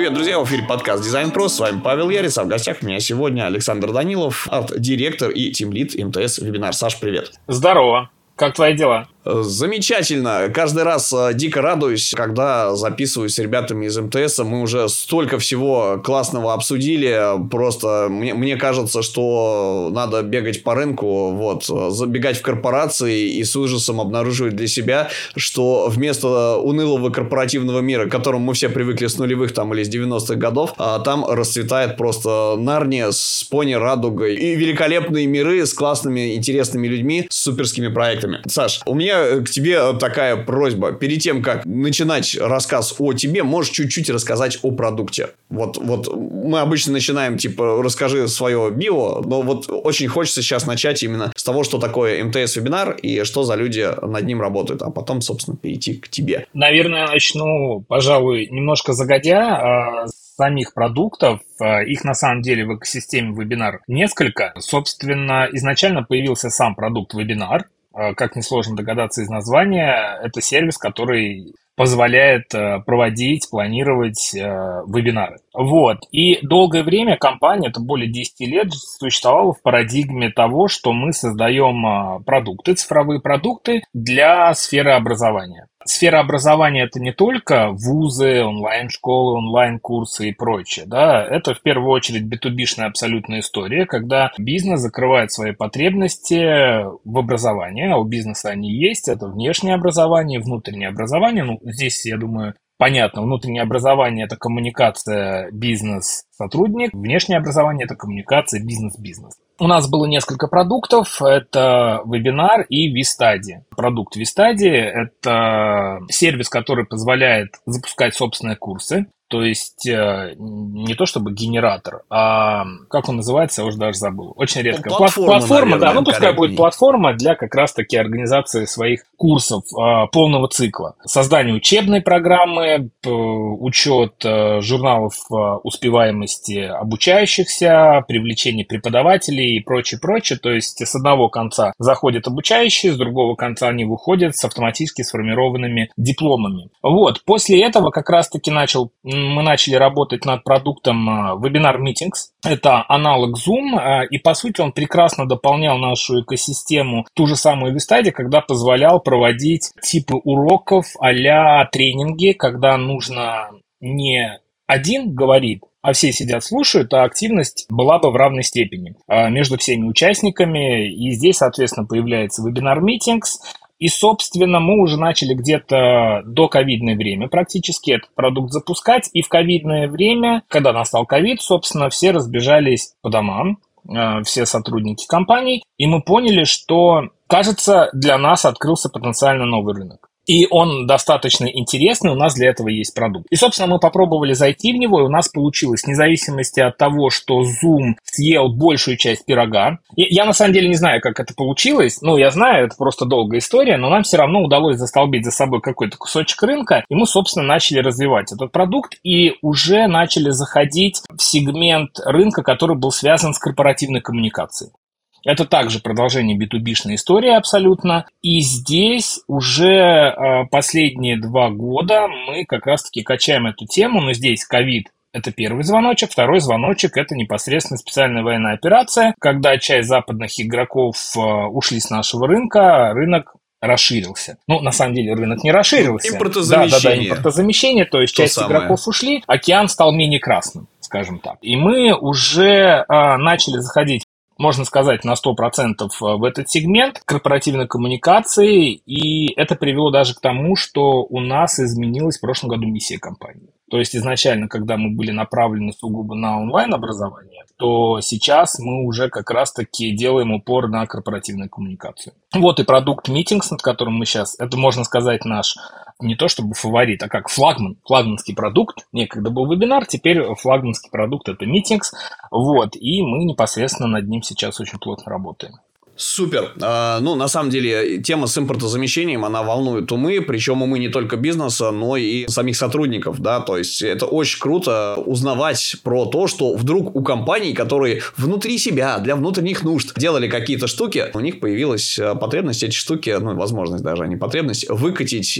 Привет, друзья, в эфире подкаст Design Pro, с вами Павел Ярец, а в гостях у меня сегодня Александр Данилов, арт-директор и тимлид МТС Вебинар. Саш, привет. Здорово. Как твои дела? Замечательно. Каждый раз дико радуюсь, когда записываюсь с ребятами из МТС. Мы уже столько всего классного обсудили. Просто мне кажется, что надо бегать по рынку, забегать в корпорации и с ужасом обнаруживать для себя, что вместо унылого корпоративного мира, к которому мы все привыкли с нулевых или с 90-х годов, там расцветает просто Нарния с пони, радугой и великолепные миры с классными, интересными людьми, с суперскими проектами. Саш, у меня к тебе такая просьба. Перед тем, как начинать рассказ о тебе, можешь чуть-чуть рассказать о продукте. Мы обычно начинаем, расскажи свое био, но очень хочется сейчас начать именно с того, что такое МТС Вебинар и что за люди над ним работают, а потом, собственно, перейти к тебе. Наверное, начну, пожалуй, немножко загодя. Самих продуктов, их на самом деле в экосистеме Вебинар несколько. Собственно, изначально появился сам продукт Вебинар. Как несложно догадаться из названия, это сервис, который позволяет проводить, планировать вебинары. И долгое время компания, это более 10 лет, существовала в парадигме того, что мы создаем продукты, цифровые продукты для сферы образования. Сфера образования – это не только вузы, онлайн-школы, онлайн-курсы и прочее. Да? Это в первую очередь B2B-шная абсолютная история, когда бизнес закрывает свои потребности в образовании, а у бизнеса они есть. Это внешнее образование, внутреннее образование. Здесь, я думаю, понятно, внутреннее образование – это коммуникация бизнес-сотрудник, внешнее образование – это коммуникация бизнес-бизнес. У нас было несколько продуктов, это Вебинар и vStudy. Продукт vStudy – это сервис, который позволяет запускать собственные курсы. То есть не то чтобы генератор, а как он называется, я уже даже забыл. Очень редко. Платформа, наверное, пускай будет платформа для как раз-таки организации своих курсов полного цикла. Создание учебной программы, учет журналов успеваемости обучающихся, привлечение преподавателей и прочее. То есть с одного конца заходят обучающие, с другого конца они выходят с автоматически сформированными дипломами. После этого как раз-таки мы начали работать над продуктом Webinar Meetings. Это аналог Zoom, и по сути он прекрасно дополнял нашу экосистему, ту же самую vStudy, когда позволял проводить типы уроков а-ля тренинги, когда нужно не один говорит, а все сидят, слушают, а активность была бы в равной степени между всеми участниками. И здесь, соответственно, появляется Webinar Meetings. И, собственно, мы уже начали где-то до ковидное время практически этот продукт запускать. И в ковидное время, когда настал ковид, собственно, все разбежались по домам, все сотрудники компаний. И мы поняли, что, кажется, для нас открылся потенциально новый рынок. И он достаточно интересный, у нас для этого есть продукт. И, собственно, мы попробовали зайти в него, и у нас получилось, вне зависимости от того, что Zoom съел большую часть пирога. Я на самом деле не знаю, как это получилось. Я знаю, это просто долгая история, но нам все равно удалось застолбить за собой какой-то кусочек рынка, и мы, собственно, начали развивать этот продукт, и уже начали заходить в сегмент рынка, который был связан с корпоративной коммуникацией. Это также продолжение B2B-шной истории абсолютно. И здесь уже последние 2 года мы как раз-таки качаем эту тему. Но здесь ковид – это первый звоночек. Второй звоночек – это непосредственно специальная военная операция, когда часть западных игроков ушли с нашего рынка, рынок расширился. На самом деле рынок не расширился. Импортозамещение. Импортозамещение, то есть часть игроков ушли, океан стал менее красным, скажем так. И мы уже начали заходить, можно сказать, на 100% в этот сегмент корпоративной коммуникации, и это привело даже к тому, что у нас изменилась в прошлом году миссия компании. То есть изначально, когда мы были направлены сугубо на онлайн-образование, то сейчас мы уже как раз-таки делаем упор на корпоративную коммуникацию. И продукт Meetings, над которым мы сейчас, это, можно сказать, наш не то чтобы фаворит, а как флагманский продукт. Некогда был вебинар, теперь флагманский продукт – это Meetings. И мы непосредственно над ним сейчас очень плотно работаем. Супер. Ну, на самом деле, тема с импортозамещением, она волнует умы, причем умы не только бизнеса, но и самих сотрудников, да, то есть это очень круто узнавать про то, что вдруг у компаний, которые внутри себя, для внутренних нужд делали какие-то штуки, у них появилась потребность эти штуки, ну, возможность даже, а не потребность, выкатить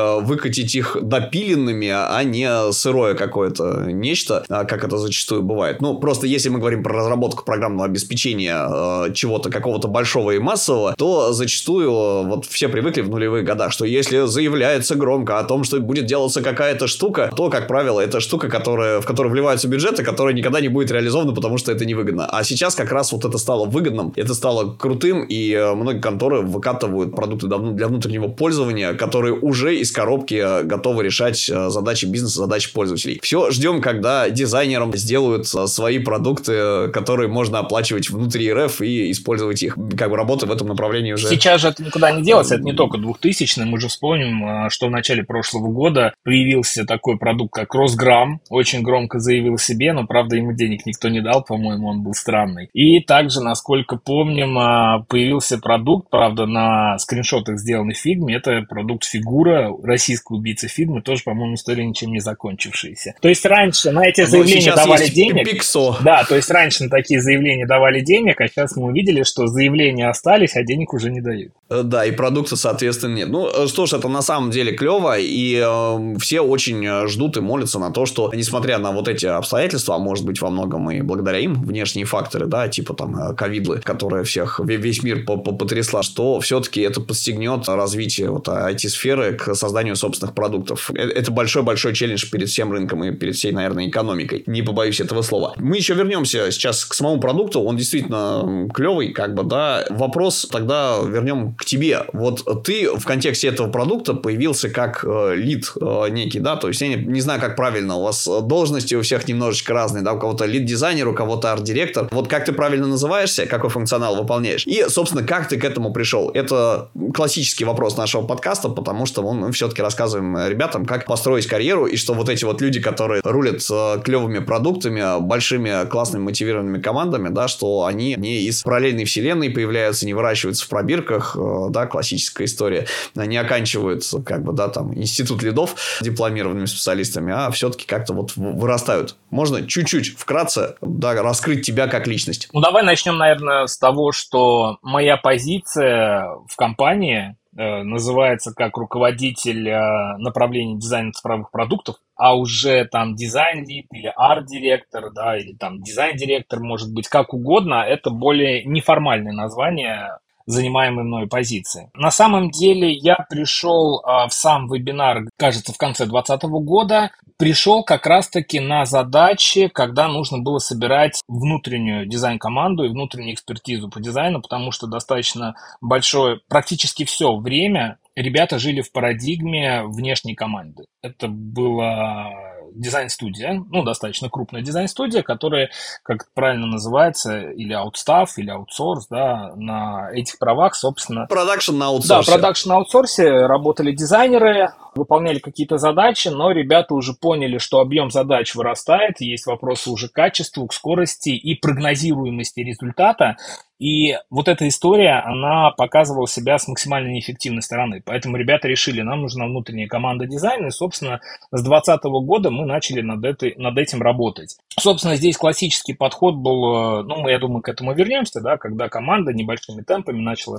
их допиленными, а не сырое какое-то нечто, как это зачастую бывает. Ну, просто если мы говорим про разработку программного обеспечения чего-то, какого-то большого и массового, то зачастую вот все привыкли в нулевых годах, что если заявляется громко о том, что будет делаться какая-то штука, то, как правило, это штука, в которую вливаются бюджеты, которая никогда не будет реализована, потому что это невыгодно. А сейчас как раз вот это стало выгодным, это стало крутым, и многие конторы выкатывают продукты для внутреннего пользования, которые уже из коробки готовы решать задачи бизнеса, задачи пользователей. Все, ждем, когда дизайнерам сделают свои продукты, которые можно оплачивать внутри РФ и использовать их. Как бы работа в этом направлении уже... Сейчас же это никуда не делось, это не только 2000-е. Мы же вспомним, что в начале прошлого года появился такой продукт, как Росграм. Очень громко заявил о себе, но, правда, ему денег никто не дал, по-моему, он был странный. И также, насколько помним, появился продукт, правда, на скриншотах сделанный в Фигме. Это продукт Фигура, российская убийца Фигмы, тоже, по-моему, история ничем не закончившаяся. То есть раньше на эти заявления давали денег. Pixo. Да, то есть раньше на такие заявления давали денег, а сейчас мы увидели, что заявления остались, а денег уже не дают. Да, и продукта, соответственно, нет. Ну, что ж, это на самом деле клево, и все очень ждут и молятся на то, что, несмотря на вот эти обстоятельства, а может быть, во многом и благодаря им, внешние факторы, да, типа там ковидлы, которая весь мир потрясла, что все-таки это подстегнет развитие вот IT-сферы к созданию собственных продуктов. Это большой-большой челлендж перед всем рынком и перед всей, наверное, экономикой. Не побоюсь этого слова. Мы еще вернемся сейчас к самому продукту. Он действительно клевый, как бы, да. Вопрос тогда вернем к тебе. Вот ты в контексте этого продукта появился как лид некий, да, то есть я не знаю, как правильно, у вас должности у всех немножечко разные, да, у кого-то лид-дизайнер, у кого-то арт-директор. Вот как ты правильно называешься, какой функционал выполняешь, и, собственно, как ты к этому пришел. Это классический вопрос нашего подкаста, потому что мы все-таки рассказываем ребятам, как построить карьеру, и что вот эти вот люди, которые рулят клевыми продуктами, большими, классными, мотивированными командами, да, что они не из параллельной вселенной появляются, не выращиваются в пробирках, да, классическая история, не оканчивают, как бы, да, там, институт лидов дипломированными специалистами, а все-таки как-то вот вырастают. Можно чуть-чуть, вкратце, да, раскрыть тебя как личность? Ну, давай начнем, наверное, с того, что моя позиция в компании называется как руководитель направления дизайна цифровых продуктов, а уже там дизайн-лид или арт-директор, да, или там дизайн-директор, может быть, как угодно, это более неформальное название занимаемой мной позиции. На самом деле я пришел в сам вебинар, кажется, в конце 2020 года, пришел как раз-таки на задачи, когда нужно было собирать внутреннюю дизайн-команду и внутреннюю экспертизу по дизайну, потому что достаточно большое, практически все время ребята жили в парадигме внешней команды. Это была дизайн-студия, ну, достаточно крупная дизайн-студия, которая, как это правильно называется, или аутстаф, или аутсорс, да, на этих правах, собственно... Продакшн на аутсорсе. Да, продакшн на аутсорсе, работали дизайнеры, выполняли какие-то задачи, но ребята уже поняли, что объем задач вырастает, есть вопросы уже к качеству, к скорости и прогнозируемости результата. И вот эта история, она показывала себя с максимально неэффективной стороны. Поэтому ребята решили, нам нужна внутренняя команда дизайна. И, собственно, с 2020 года мы начали над этим работать. Собственно, здесь классический подход был, ну, мы, я думаю, к этому вернемся, да, когда команда небольшими темпами начала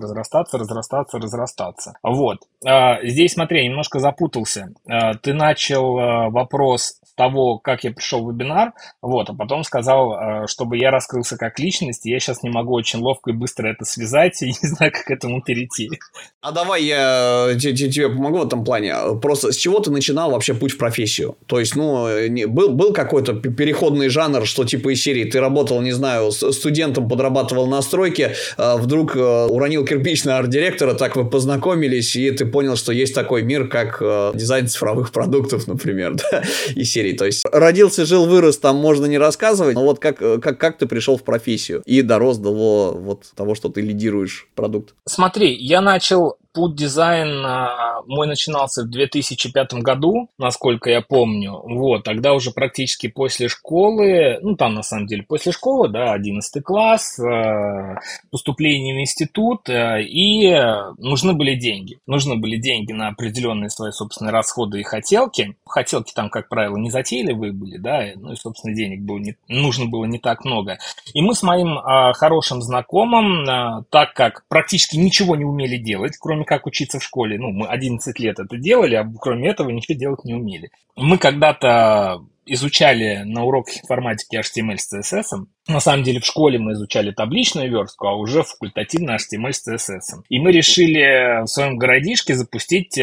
разрастаться. Вот. Здесь, смотри, немножко запутался. Ты начал вопрос с того, как я пришел в вебинар, вот, а потом сказал, чтобы я раскрылся как личность, и я сейчас не могу очень ловко и быстро это связать, и не знаю, как к этому перейти. А давай я тебе помогу в этом плане. Просто с чего ты начинал вообще путь в профессию? То есть, ну, был какой-то переходный жанр, что типа из серии ты работал, не знаю, студентом, подрабатывал на стройке, вдруг уронил кирпич на арт-директора, так вы познакомились, и ты понял, что есть такой мир, как дизайн цифровых продуктов, например, да, из серии. То есть родился, жил, вырос, там можно не рассказывать, но вот как ты пришел в профессию и дорос до вот того, что ты лидируешь продукт? Смотри, я начал путь дизайна мой начинался в 2005 году, насколько я помню. Вот, тогда уже практически после школы, ну, там, на самом деле, после школы, да, 11 класс, поступление в институт, и нужны были деньги. Нужны были деньги на определенные свои собственные расходы и хотелки. Хотелки там, как правило, не затейливые были, да, ну, и, собственно, денег нужно было не так много. И мы с моим хорошим знакомым, так как практически ничего не умели делать, кроме как учиться в школе. Ну, мы 11 лет это делали, а кроме этого ничего делать не умели. Мы когда-то изучали на уроках информатики HTML с CSS. На самом деле в школе мы изучали табличную верстку, а уже факультативно HTML с CSS. И мы решили в своем городишке запустить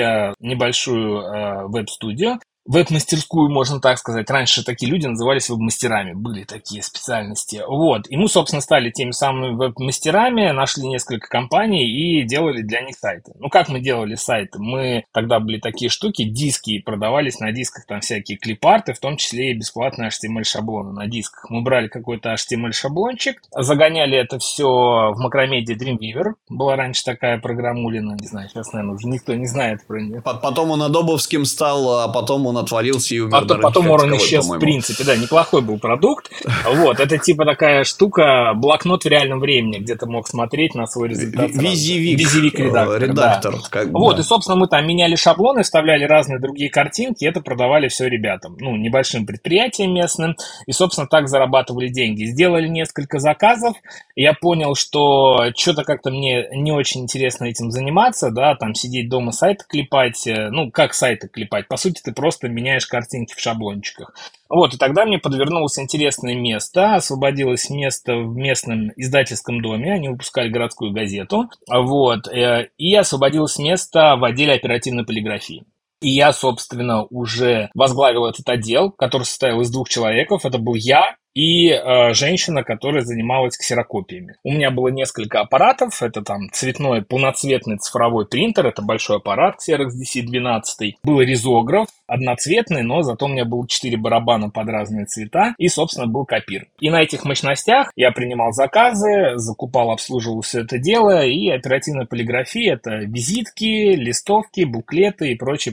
небольшую веб-студию. Веб-мастерскую, можно так сказать. Раньше такие люди назывались веб-мастерами. Были такие специальности. Вот. И мы, собственно, стали теми самыми веб-мастерами, нашли несколько компаний и делали для них сайты. Ну, как мы делали сайты? Мы тогда были такие штуки, диски, продавались на дисках там всякие клип-арты, в том числе и бесплатные HTML-шаблоны на дисках. Мы брали какой-то HTML-шаблончик, загоняли это все в Macromedia Dreamweaver. Была раньше такая программулина, не знаю, сейчас, наверное, уже никто не знает про нее. Потом он адобовским стал, а потом он отвалился и умер. Потом он исчез, в принципе, да, неплохой был продукт. Вот, это типа такая штука, блокнот в реальном времени, где ты мог смотреть на свой результат. Визивик редактор. Да. Вот, и, собственно, мы там меняли шаблоны, вставляли разные другие картинки, и это продавали все ребятам, ну, небольшим предприятиям местным, и, собственно, так зарабатывали деньги. Сделали несколько заказов, я понял, что что-то как-то мне не очень интересно этим заниматься, да, там сидеть дома сайты клепать, ну, как сайты клепать, по сути, ты просто меняешь картинки в шаблончиках. Вот, и тогда мне подвернулось интересное место, освободилось место в местном издательском доме, они выпускали городскую газету, вот, и освободилось место в отделе оперативной полиграфии. И я, собственно, уже возглавил этот отдел, который состоял из 2 человеков, это был я и женщина, которая занималась ксерокопиями. У меня было несколько аппаратов, это там цветной, полноцветный цифровой принтер, это большой аппарат Xerox DC-12, был ризограф, одноцветный, но зато у меня было 4 барабана под разные цвета и, собственно, был копир. И на этих мощностях я принимал заказы, закупал, обслуживал все это дело, и оперативная полиграфия — это визитки, листовки, буклеты и прочее.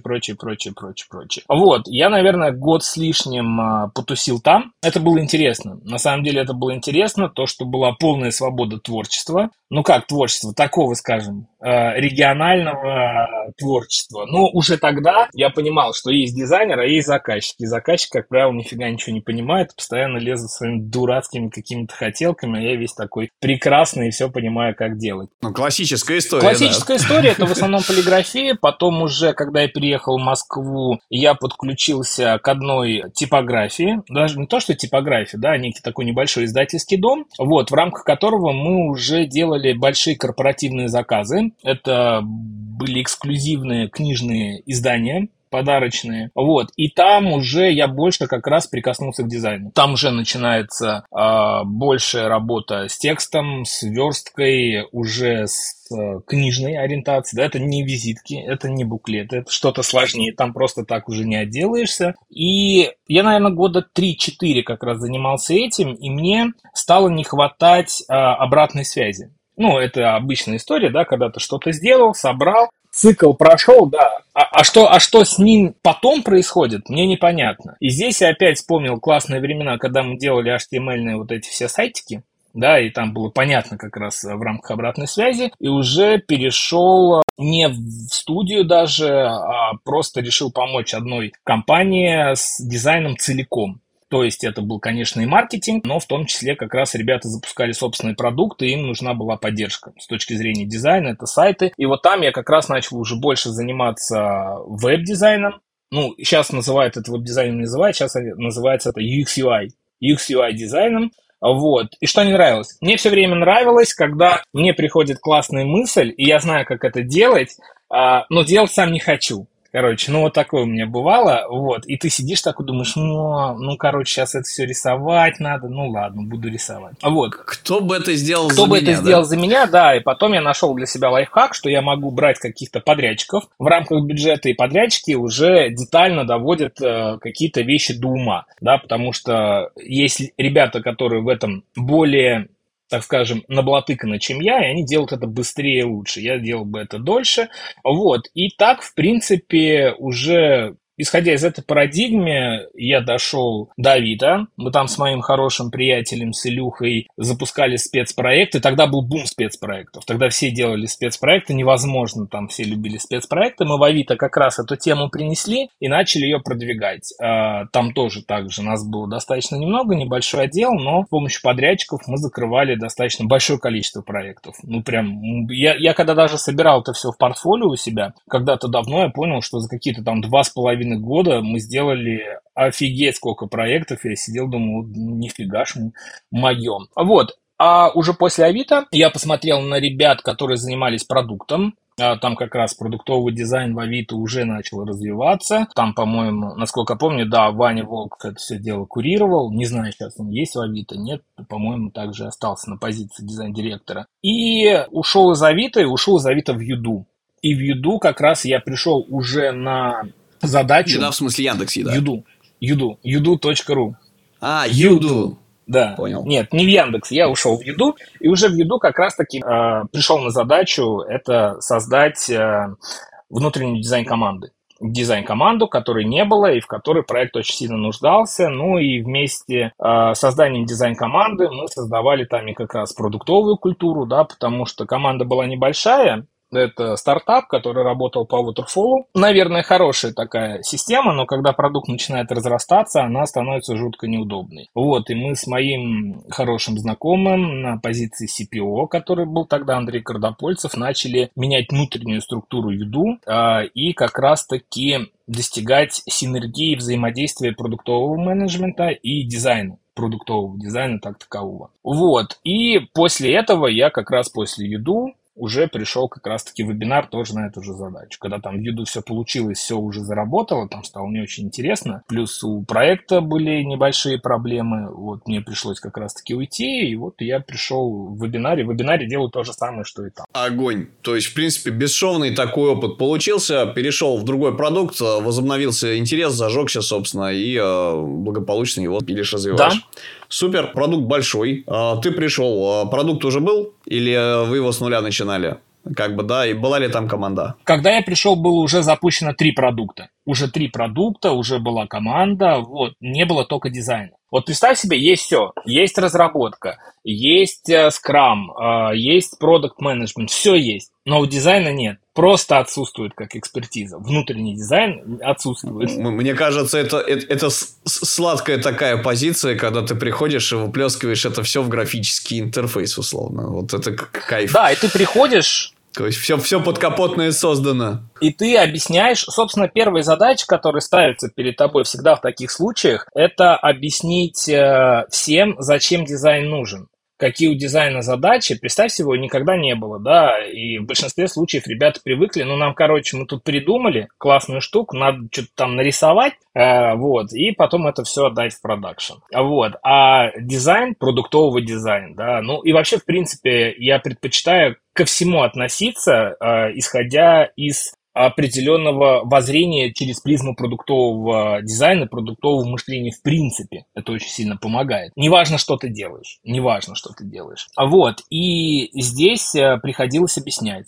Вот, я, наверное, год с лишним потусил там. Это было интересно. На самом деле это было интересно, то, что была полная свобода творчества. Ну как творчество? Такого, скажем, регионального творчества. Но уже тогда я понимал, что есть дизайнер, а есть заказчик. И заказчик, как правило, нифига ничего не понимает, постоянно лезет своими дурацкими какими-то хотелками, а я весь такой прекрасный и все понимаю, как делать. Ну, классическая история, Классическая история, это в основном полиграфия. Потом уже, когда я переехал в Москву, я подключился к одной типографии. Даже не то, что типография, да, некий такой небольшой издательский дом, вот, в рамках которого мы уже делали большие корпоративные заказы. Это были эксклюзивные книжные издания, подарочные. Вот. И там уже я больше как раз прикоснулся к дизайну. Там уже начинается большая работа с текстом, с версткой, уже с книжной ориентацией. Да? Это не визитки, это не буклеты, это что-то сложнее. Там просто так уже не отделаешься. И я, наверное, года 3-4 как раз занимался этим, и мне стало не хватать обратной связи. Ну, это обычная история, да, когда ты что-то сделал, собрал, цикл прошел, да. А что с ним потом происходит, мне непонятно. И здесь я опять вспомнил классные времена, когда мы делали HTML-ные вот эти все сайтики, да, и там было понятно как раз в рамках обратной связи, и уже перешел не в студию даже, а просто решил помочь одной компании с дизайном целиком. То есть это был, конечно, и маркетинг, но в том числе как раз ребята запускали собственные продукты, и им нужна была поддержка с точки зрения дизайна, это сайты. И вот там я как раз начал уже больше заниматься веб-дизайном. Ну, сейчас называют это веб-дизайном, не называют, сейчас называется это UX-UI дизайном. Вот. И что не нравилось? Мне все время нравилось, когда мне приходит классная мысль, и я знаю, как это делать, но делать сам не хочу. Короче, ну вот такое у меня бывало, вот, и ты сидишь такой, думаешь, короче, сейчас это все рисовать надо, ну ладно, буду рисовать. Вот. Кто бы это сделал Кто за бы меня, это сделал за меня, да, и потом я нашел для себя лайфхак, что я могу брать каких-то подрядчиков в рамках бюджета, и подрядчики уже детально доводят какие-то вещи до ума, да, потому что есть ребята, которые в этом более, так скажем, наблатыканы, чем я, и они делают это быстрее и лучше. Я делал бы это дольше. Вот. И так, в принципе, уже исходя из этой парадигмы, я дошел до Авито. Мы там с моим хорошим приятелем, с Илюхой, запускали спецпроекты. Тогда был бум спецпроектов. Тогда все делали спецпроекты. Невозможно, там все любили спецпроекты. Мы в Авито как раз эту тему принесли и начали ее продвигать. Там тоже так же. Нас было достаточно немного, небольшой отдел, но с помощью подрядчиков мы закрывали достаточно большое количество проектов. Ну, прям, я когда даже собирал это все в портфолио у себя, когда-то давно я понял, что за какие-то там 2,5 года мы сделали офигеть сколько проектов. Я сидел, думал, нифига ж моем. Вот. А уже после Авито я посмотрел на ребят, которые занимались продуктом. Там как раз продуктовый дизайн в Авито уже начал развиваться. Там, по-моему, насколько помню, да, Ваня Волков это все дело курировал. Не знаю, сейчас он есть в Авито, нет. По-моему, также остался на позиции дизайн-директора. И ушел из Авито в Юду. И в Юду как раз я пришел уже на задачу... Еда в смысле Яндекс Еда? Юду.ру. Юду. Да. Понял. Нет, не в Яндекс, я ушел в Юду, и уже в Юду как раз-таки пришел на задачу это создать внутреннюю дизайн-команду. Дизайн-команду, которой не было, и в которой проект очень сильно нуждался. Ну и вместе с созданием дизайн-команды мы создавали там и как раз продуктовую культуру, да, потому что команда была небольшая. Это стартап, который работал по Waterfall. Наверное, хорошая такая система, но когда продукт начинает разрастаться, она становится жутко неудобной. Вот, и мы с моим хорошим знакомым на позиции CPO, который был тогда Андрей Кардопольцев, начали менять внутреннюю структуру Юду и как раз-таки достигать синергии взаимодействия продуктового менеджмента и дизайна. Продуктового дизайна так такового. Вот, и после этого я как раз после Юду уже пришел как раз-таки вебинар тоже на эту же задачу. Когда там в Юду все получилось, все уже заработало, там стало не очень интересно. Плюс у проекта были небольшие проблемы. Вот мне пришлось как раз-таки уйти, и вот я пришел в вебинаре. В вебинаре делаю то же самое, что и там. Огонь. То есть, в принципе, бесшовный такой опыт получился. Перешел в другой продукт, возобновился интерес, зажегся, собственно, и благополучно его пилишь, развиваешь. Да. Супер, продукт большой. Ты пришел, продукт уже был? Или вы его с нуля начинали? Как бы, да, и была ли там команда? Когда я пришел, было уже запущено 3 продукта. Уже 3 продукта, уже была команда, вот, не было только дизайна. Вот представь себе, есть все. Есть разработка, есть скрам, есть продакт менеджмент, все есть. Но у дизайна нет. Просто отсутствует как экспертиза. Внутренний дизайн отсутствует. Мне кажется, это сладкая такая позиция, когда ты приходишь и выплескиваешь это все в графический интерфейс, условно. Вот это кайф. Да, и ты приходишь... То есть, все подкапотное создано. И ты объясняешь, собственно, первая задача, которая ставится перед тобой всегда в таких случаях, это объяснить всем, зачем дизайн нужен. Какие у дизайна задачи, представь себе, никогда не было, да, и в большинстве случаев ребята привыкли, мы тут придумали классную штуку, надо что-то там нарисовать, вот, и потом это все отдать в продакшн, вот, а дизайн, продуктовый дизайн, да, ну, и вообще, в принципе, я предпочитаю ко всему относиться, исходя из определенного воззрения через призму продуктового дизайна, продуктового мышления в принципе. Это очень сильно помогает. Неважно, что ты делаешь. Вот. И здесь приходилось объяснять.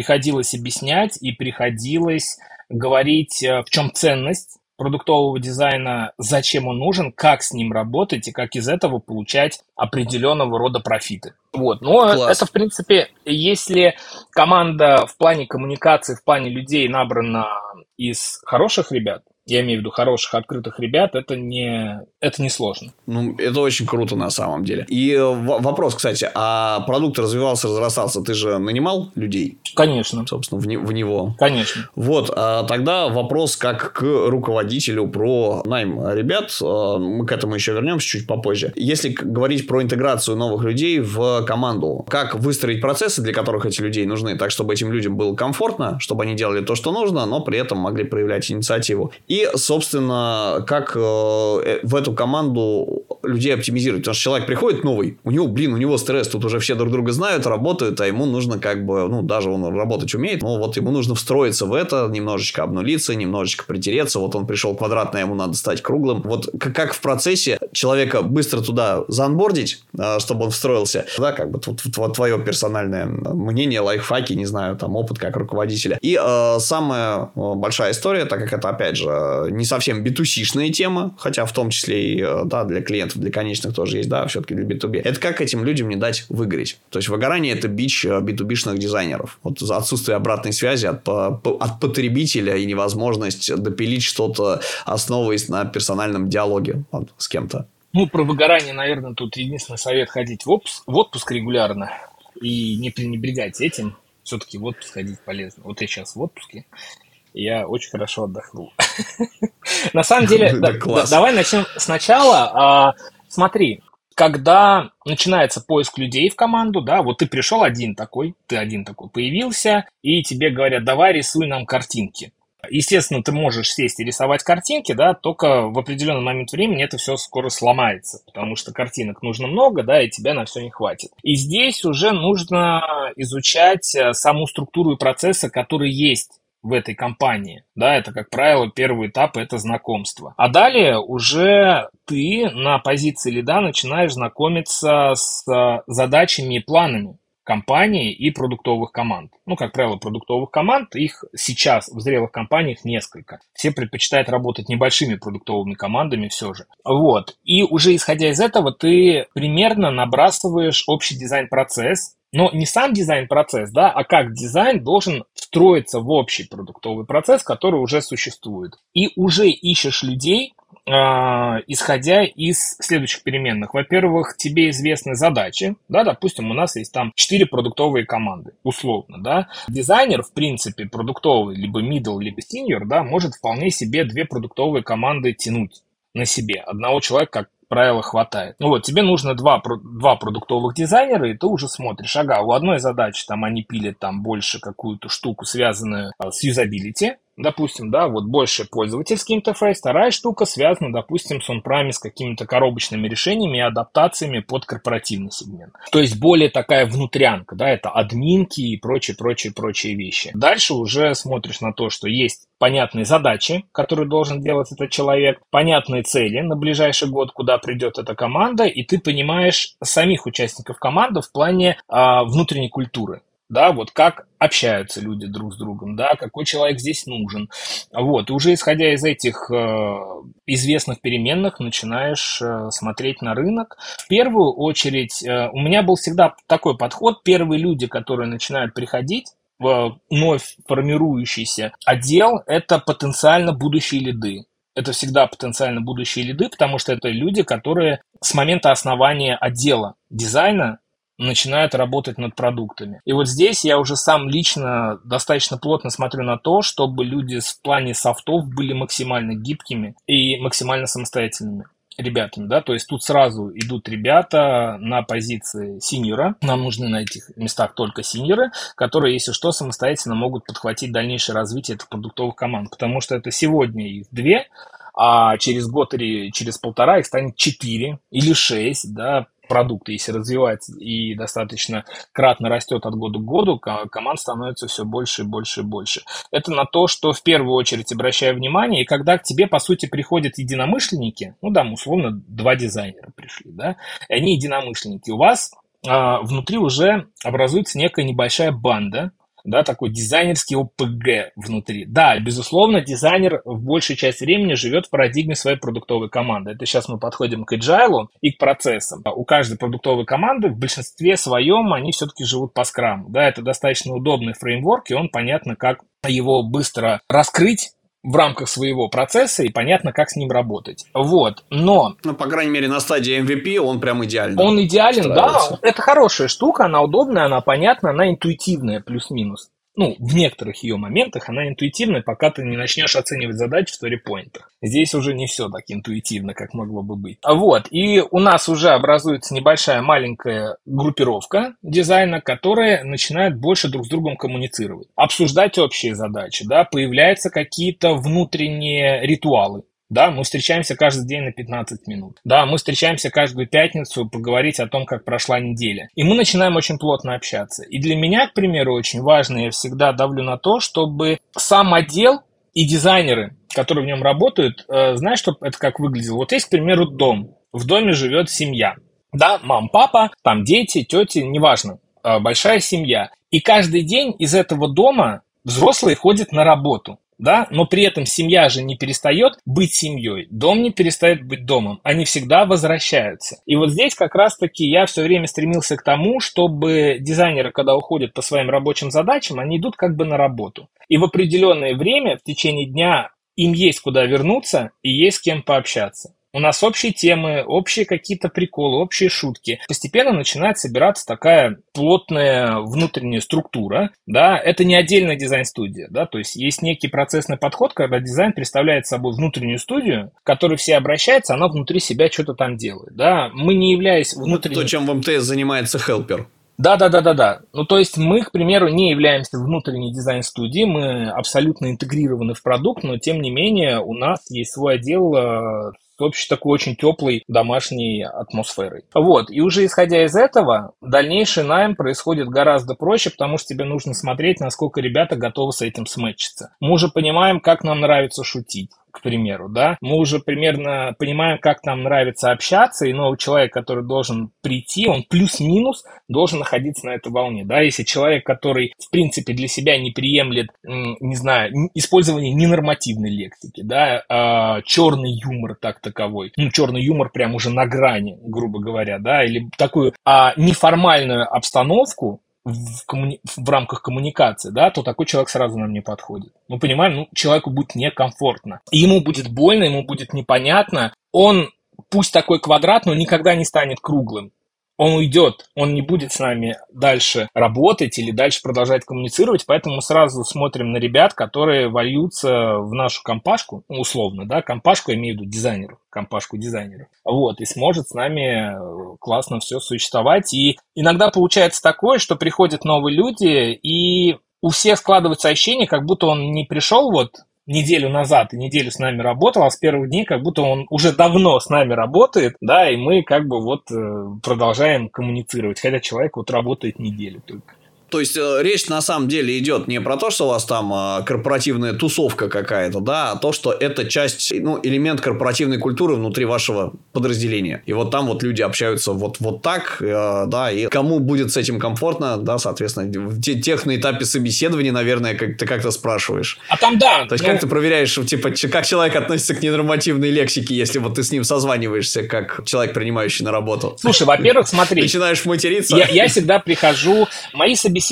И приходилось говорить, в чем ценность продуктового дизайна, зачем он нужен, как с ним работать и как из этого получать определенного рода профиты. Вот. Но класс. Это, в принципе, если команда в плане коммуникации, в плане людей набрана из хороших ребят, я имею в виду хороших, открытых ребят, это не сложно. Ну, это очень круто на самом деле. И вопрос, кстати, а продукт развивался, разрастался, ты же нанимал людей? Конечно. Собственно, в него. Конечно. Вот, тогда вопрос как к руководителю про найм ребят. Мы к этому еще вернемся чуть попозже. Если говорить про интеграцию новых людей в команду, как выстроить процессы, для которых эти людей нужны, так, чтобы этим людям было комфортно, чтобы они делали то, что нужно, но при этом могли проявлять инициативу. И, собственно, как в эту команду людей оптимизировать. Потому что человек приходит новый, у него стресс, тут уже все друг друга знают, работают, а ему нужно даже он работать умеет, но вот ему нужно встроиться в это, немножечко обнулиться, немножечко притереться. Вот он пришел квадратный, ему надо стать круглым. Вот как в процессе человека быстро туда заонбордить, чтобы он встроился. Да, как бы твое персональное мнение, лайфхаки, не знаю, там опыт как руководителя. И самая большая история, так как это, опять же, не совсем B2C-шная тема, хотя в том числе и для клиентов, для конечных тоже есть, да, все-таки для B2B. Это как этим людям не дать выгореть. То есть, выгорание – это бич B2B-шных дизайнеров. Вот отсутствие обратной связи от потребителя и невозможность допилить что-то, основываясь на персональном диалоге с кем-то. Ну, про выгорание, наверное, тут единственный совет – ходить в отпуск регулярно и не пренебрегать этим. Все-таки в отпуск ходить полезно. Вот я сейчас в отпуске, и я очень хорошо отдохнул. На самом деле, давай начнем сначала. Смотри, когда начинается поиск людей в команду, да, вот ты пришел один такой появился, и тебе говорят, давай рисуй нам картинки. Естественно, ты можешь сесть и рисовать картинки, да, только в определенный момент времени это все скоро сломается, потому что картинок нужно много, да, и тебя на все не хватит. И здесь уже нужно изучать саму структуру и процессы, которые есть в этой компании. Да, это, как правило, первый этап – это знакомство. А далее уже ты на позиции лида начинаешь знакомиться с задачами и планами компании и продуктовых команд. Ну, как правило, продуктовых команд, их сейчас в зрелых компаниях несколько. Все предпочитают работать небольшими продуктовыми командами все же. Вот. И уже исходя из этого ты примерно набрасываешь общий дизайн-процесс, но не сам дизайн-процесс, да, а как дизайн должен встроиться в общий продуктовый процесс, который уже существует. И уже ищешь людей, исходя из следующих переменных. Во-первых, тебе известны задачи, да, допустим, у нас есть там 4 продуктовые команды, условно, да. Дизайнер, в принципе, продуктовый, либо middle, либо senior, да, может вполне себе 2 продуктовые команды тянуть на себе. Одного человека, как правило, хватает. Ну вот, тебе нужно два продуктовых дизайнера, и ты уже смотришь, у одной задачи там они пилят там больше какую-то штуку, связанную с юзабилити, допустим, да, вот больше пользовательский интерфейс. Вторая штука связана, допустим, с on-premise, с какими-то коробочными решениями и адаптациями под корпоративный сегмент. То есть более такая внутрянка, да, это админки и прочие вещи. Дальше уже смотришь на то, что есть понятные задачи, которые должен делать этот человек, понятные цели на ближайший год, куда придет эта команда, и ты понимаешь самих участников команды в плане внутренней культуры. Да, вот как общаются люди друг с другом, да, какой человек здесь нужен. Вот, и уже исходя из этих известных переменных начинаешь смотреть на рынок. В первую очередь, у меня был всегда такой подход, первые люди, которые начинают приходить в вновь формирующийся отдел, это потенциально будущие лиды. Это всегда потенциально будущие лиды, потому что это люди, которые с момента основания отдела дизайна начинают работать над продуктами. И вот здесь я уже сам лично достаточно плотно смотрю на то, чтобы люди в плане софтов были максимально гибкими и максимально самостоятельными ребятами, да, то есть тут сразу идут ребята на позиции синьора, нам нужны на этих местах только синьоры, которые, если что, самостоятельно могут подхватить дальнейшее развитие этих продуктовых команд, потому что это сегодня их 2, а через год или через полтора их станет 4 или 6, да, продукты, если развивается и достаточно кратно растет от года к году, команд становится все больше и больше и больше. Это на то, что в первую очередь обращаю внимание, и когда к тебе, по сути, приходят единомышленники, ну, да, условно, 2 дизайнера пришли, да, и они единомышленники, у вас внутри уже образуется некая небольшая банда, да, такой дизайнерский ОПГ внутри. Да, безусловно, дизайнер в большей части времени живет в парадигме своей продуктовой команды. Это сейчас мы подходим к agile и к процессам. У каждой продуктовой команды в большинстве своем они все-таки живут по скраму. Да, это достаточно удобный фреймворк, и он понятно, как его быстро раскрыть, в рамках своего процесса, и понятно, как с ним работать. Вот, но... Ну, по крайней мере, на стадии MVP он прям идеально. Он идеален, да, это хорошая штука, она удобная, она понятна, она интуитивная, плюс-минус. Ну, в некоторых ее моментах она интуитивная, пока ты не начнешь оценивать задачи в сторипоинтах. Здесь уже не все так интуитивно, как могло бы быть. Вот, и у нас уже образуется небольшая маленькая группировка дизайна, которая начинает больше друг с другом коммуницировать, обсуждать общие задачи, да, появляются какие-то внутренние ритуалы. Да, мы встречаемся каждый день на 15 минут. Да, мы встречаемся каждую пятницу поговорить о том, как прошла неделя. И мы начинаем очень плотно общаться. И для меня, к примеру, очень важно, я всегда давлю на то, чтобы сам отдел и дизайнеры, которые в нем работают, знаешь, что это как выглядело? Вот есть, к примеру, дом. В доме живет семья. Да, мама, папа, там дети, тети, неважно. Большая семья. И каждый день из этого дома взрослые ходят на работу. Да, но при этом семья же не перестает быть семьей, дом не перестает быть домом, они всегда возвращаются. И вот здесь как раз-таки я все время стремился к тому, чтобы дизайнеры, когда уходят по своим рабочим задачам, они идут как бы на работу. И в определенное время, в течение дня, им есть куда вернуться и есть с кем пообщаться. У нас общие темы, общие какие-то приколы, общие шутки. Постепенно начинает собираться такая плотная внутренняя структура. Да? Это не отдельная дизайн-студия. Да? То есть есть некий процессный подход, когда дизайн представляет собой внутреннюю студию, к которой все обращаются, она внутри себя что-то там делает. Да? Мы не являясь внутренним... То, чем в МТС занимается Helper. Да. Ну, то есть мы, к примеру, не являемся внутренней дизайн-студией, мы абсолютно интегрированы в продукт, но тем не менее у нас есть свой отдел с общей такой очень теплой домашней атмосферой. Вот, и уже исходя из этого, дальнейший найм происходит гораздо проще, потому что тебе нужно смотреть, насколько ребята готовы с этим сметчиться. Мы уже понимаем, как нам нравится шутить. К примеру, да, мы уже примерно понимаем, как нам нравится общаться, и новый человек, который должен прийти, он плюс-минус должен находиться на этой волне, да, если человек, который, в принципе, для себя не приемлет, не знаю, использование ненормативной лексики, да, черный юмор так таковой, ну, черный юмор прям уже на грани, грубо говоря, да, или такую неформальную обстановку, в рамках коммуникации, да, то такой человек сразу нам не подходит. Мы понимаем, ну, человеку будет некомфортно. И ему будет больно, ему будет непонятно. Он, пусть такой квадрат, но никогда не станет круглым. Он уйдет, он не будет с нами дальше работать или дальше продолжать коммуницировать, поэтому мы сразу смотрим на ребят, которые вольются в нашу компашку, условно, да, компашку, я имею в виду дизайнеров, компашку дизайнеров, вот, и сможет с нами классно все существовать. И иногда получается такое, что приходят новые люди, и у всех складывается ощущение, как будто он не пришел вот неделю назад и неделю с нами работал, а с первых дней как будто он уже давно с нами работает, да, и мы как бы вот продолжаем коммуницировать, хотя человек вот работает неделю только. То есть речь на самом деле идет не про то, что у вас там корпоративная тусовка какая-то, да, а то, что это часть, ну, элемент корпоративной культуры внутри вашего подразделения. И вот там вот люди общаются вот так, да, и кому будет с этим комфортно, да, соответственно, в тех на этапе собеседования, наверное, как ты как-то спрашиваешь. А там да. То есть как ты проверяешь, типа, как человек относится к ненормативной лексике, если вот ты с ним созваниваешься, как человек, принимающий на работу? Слушай, во-первых, смотри. Начинаешь материться. Я всегда прихожу, мои собеседования,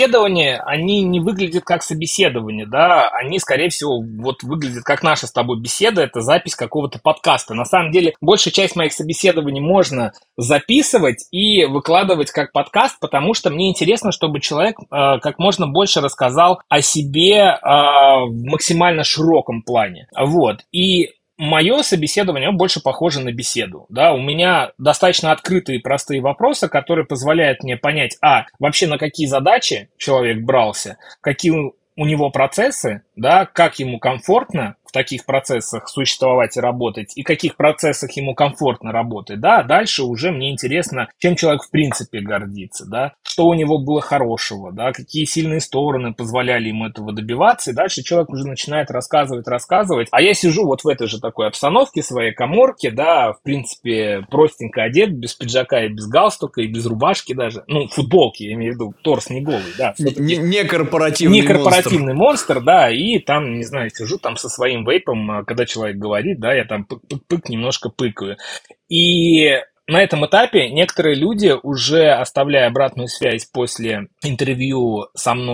они не выглядят как собеседование, да, они, скорее всего, вот выглядят как наша с тобой беседа, это запись какого-то подкаста. На самом деле, большая часть моих собеседований можно записывать и выкладывать как подкаст, потому что мне интересно, чтобы человек как можно больше рассказал о себе в максимально широком плане. Вот, и мое собеседование больше похоже на беседу. Да? У меня достаточно открытые и простые вопросы, которые позволяют мне понять, вообще на какие задачи человек брался, какие у него процессы, да, как ему комфортно в таких процессах существовать и работать, и в каких процессах ему комфортно работать, да, дальше уже мне интересно, чем человек в принципе гордится, да, что у него было хорошего, да, какие сильные стороны позволяли ему этого добиваться, и дальше человек уже начинает рассказывать, а я сижу вот в этой же такой обстановке, своей каморке, да, в принципе, простенько одет, без пиджака и без галстука, и без рубашки даже, ну, футболки, я имею в виду, торс не голый, да. Не корпоративный монстр, да, и там, не знаю, сижу там со своим вейпом, когда человек говорит, да, я там пык-пык немножко пыкаю. И на этом этапе некоторые люди, уже оставляя обратную связь после интервью со мной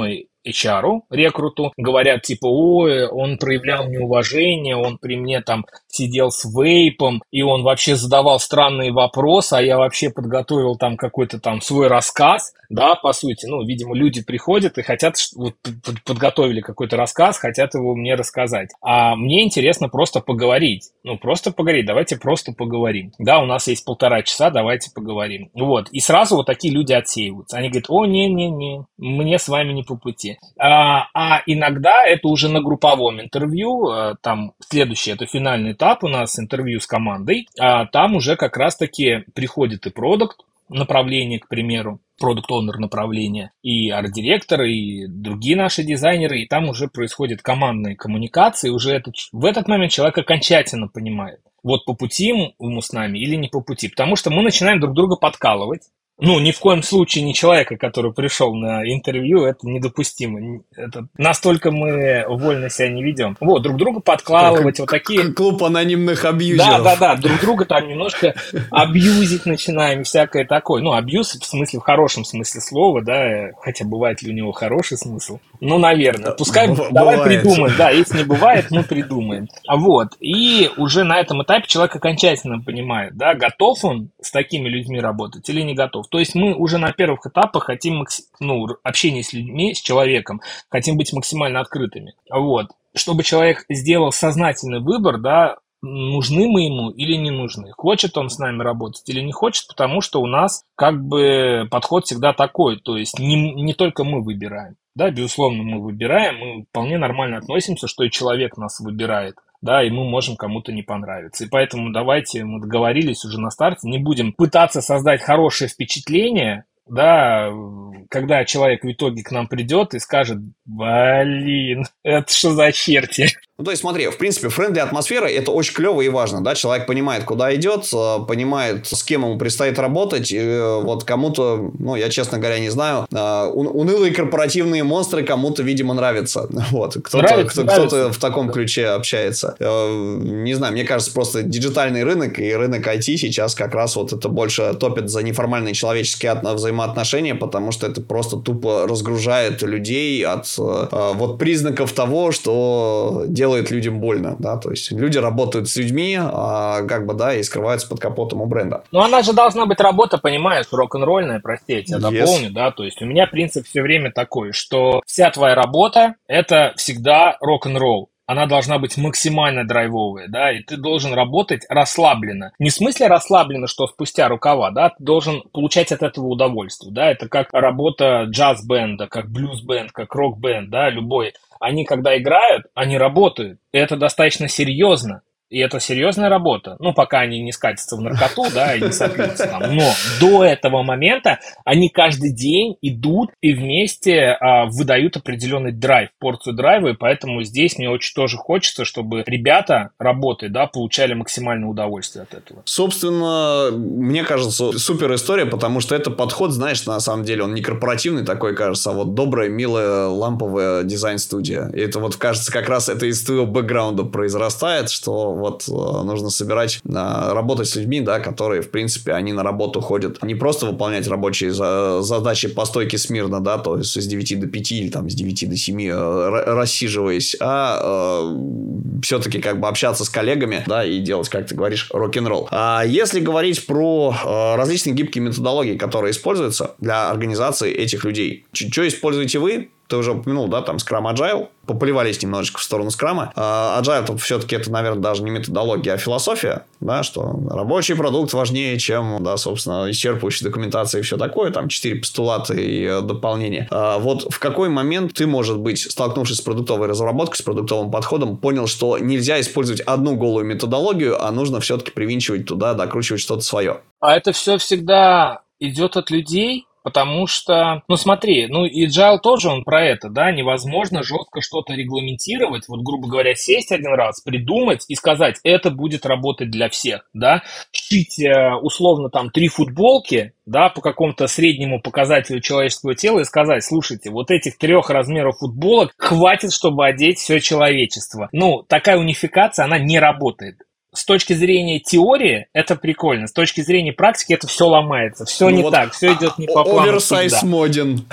HR, рекруту, говорят типа, ой, он проявлял неуважение, он при мне там сидел с вейпом, и он вообще задавал странные вопросы, а я вообще подготовил там какой-то там свой рассказ, да, по сути, ну, видимо, люди приходят и хотят, вот, подготовили какой-то рассказ, хотят его мне рассказать, а мне интересно просто поговорить, ну, просто поговорить, давайте просто поговорим, да, у нас есть 1,5 часа, давайте поговорим, вот, и сразу вот такие люди отсеиваются, они говорят, о, не-не-не, мне с вами не по пути, а иногда это уже на групповом интервью, там, следующий, это финальный этап у нас, интервью с командой, а там уже как раз-таки приходит и продакт, направление, к примеру, продукт-онер направления, и арт-директор, и другие наши дизайнеры, и там уже происходит командная коммуникация, и уже в этот момент человек окончательно понимает, вот по пути ему с нами или не по пути, потому что мы начинаем друг друга подкалывать. Ну, ни в коем случае не человека, который пришел на интервью, это недопустимо. Это настолько мы вольно себя не ведем. Вот, друг друга подкалывать, вот такие... Клуб анонимных абьюзеров. Да, друг друга там немножко абьюзить начинаем, и всякое такое. Ну, абьюз в смысле, в хорошем смысле слова, да, хотя бывает ли у него хороший смысл? Ну, наверное. Пускай, давай придумаем, да, если не бывает, мы придумаем. Вот, и уже на этом этапе человек окончательно понимает, да, готов он с такими людьми работать или не готов. То есть мы уже на первых этапах хотим, общение с людьми, с человеком, хотим быть максимально открытыми. Вот. Чтобы человек сделал сознательный выбор, да, нужны мы ему или не нужны, хочет он с нами работать или не хочет, потому что у нас как бы подход всегда такой, то есть не только мы выбираем. Да, безусловно, мы выбираем, мы вполне нормально относимся, что и человек нас выбирает. Да, и мы можем кому-то не понравиться. И поэтому давайте, мы договорились уже на старте, не будем пытаться создать хорошее впечатление, да, когда человек в итоге к нам придет и скажет, блин, это что за черти? Ну, то есть, смотри, в принципе, френдли атмосфера – это очень клево и важно, да, человек понимает, куда идет, понимает, с кем ему предстоит работать, и вот кому-то, ну, я, честно говоря, не знаю, унылые корпоративные монстры кому-то, видимо, нравятся, вот, кто-то в таком ключе общается, не знаю, мне кажется, просто диджитальный рынок и рынок IT сейчас как раз вот это больше топит за неформальные человеческие взаимоотношения, потому что это просто тупо разгружает людей от вот признаков того, что делает людям больно, да, то есть люди работают с людьми, как бы, да, и скрываются под капотом у бренда. Ну, она же должна быть работа, понимаешь, рок-н-ролльная, прости, я тебя дополню, да, то есть у меня принцип все время такой, что вся твоя работа – это всегда рок-н-ролл. Она должна быть максимально драйвовая, да, и ты должен работать расслабленно. Не в смысле расслабленно, что спустя рукава, да, ты должен получать от этого удовольствие, да, это как работа джаз-бенда, как блюз-бенд, как рок-бенд, да, любой. Они, когда играют, они работают, и это достаточно серьезно. И это серьезная работа. Ну, пока они не скатятся в наркоту, да, и не сопьются там. Но до этого момента они каждый день идут и вместе выдают определенный драйв, порцию драйва. И поэтому здесь мне очень тоже хочется, чтобы ребята, работая, да, получали максимальное удовольствие от этого. Собственно, мне кажется, супер история, потому что это подход, знаешь, на самом деле, он не корпоративный такой, кажется, а вот добрая, милая, ламповая дизайн-студия. И это вот, кажется, как раз это из твоего бэкграунда произрастает, что вот нужно собирать, работать с людьми, да, которые, в принципе, они на работу ходят не просто выполнять рабочие задачи по стойке смирно, да, то есть с 9 до 5 или там с 9 до 7 рассиживаясь, а все-таки как бы общаться с коллегами, да, и делать, как ты говоришь, рок-н-ролл. А если говорить про различные гибкие методологии, которые используются для организации этих людей, что используете вы? Ты уже упомянул, да, там Scrum Agile, поплевались немножечко в сторону Scrum. Agile тут все-таки это, наверное, даже не методология, а философия, да, что рабочий продукт важнее, чем, да, собственно, исчерпывающая документация и все такое, там 4 постулата и дополнения. Вот в какой момент ты, может быть, столкнувшись с продуктовой разработкой, с продуктовым подходом, понял, что нельзя использовать одну голую методологию, а нужно все-таки привинчивать туда, докручивать что-то свое? А это все всегда идет от людей. Потому что, ну смотри, ну Agile тоже он про это, да, невозможно жестко что-то регламентировать, вот грубо говоря, сесть один раз, придумать и сказать, это будет работать для всех, да, шить условно там 3 футболки, да, по какому-то среднему показателю человеческого тела и сказать, слушайте, вот этих 3 размеров футболок хватит, чтобы одеть все человечество. Ну, такая унификация, она не работает. с точки зрения теории это прикольно, с точки зрения практики это все ломается, все не так, все идет не по плану. Оверсайз моден.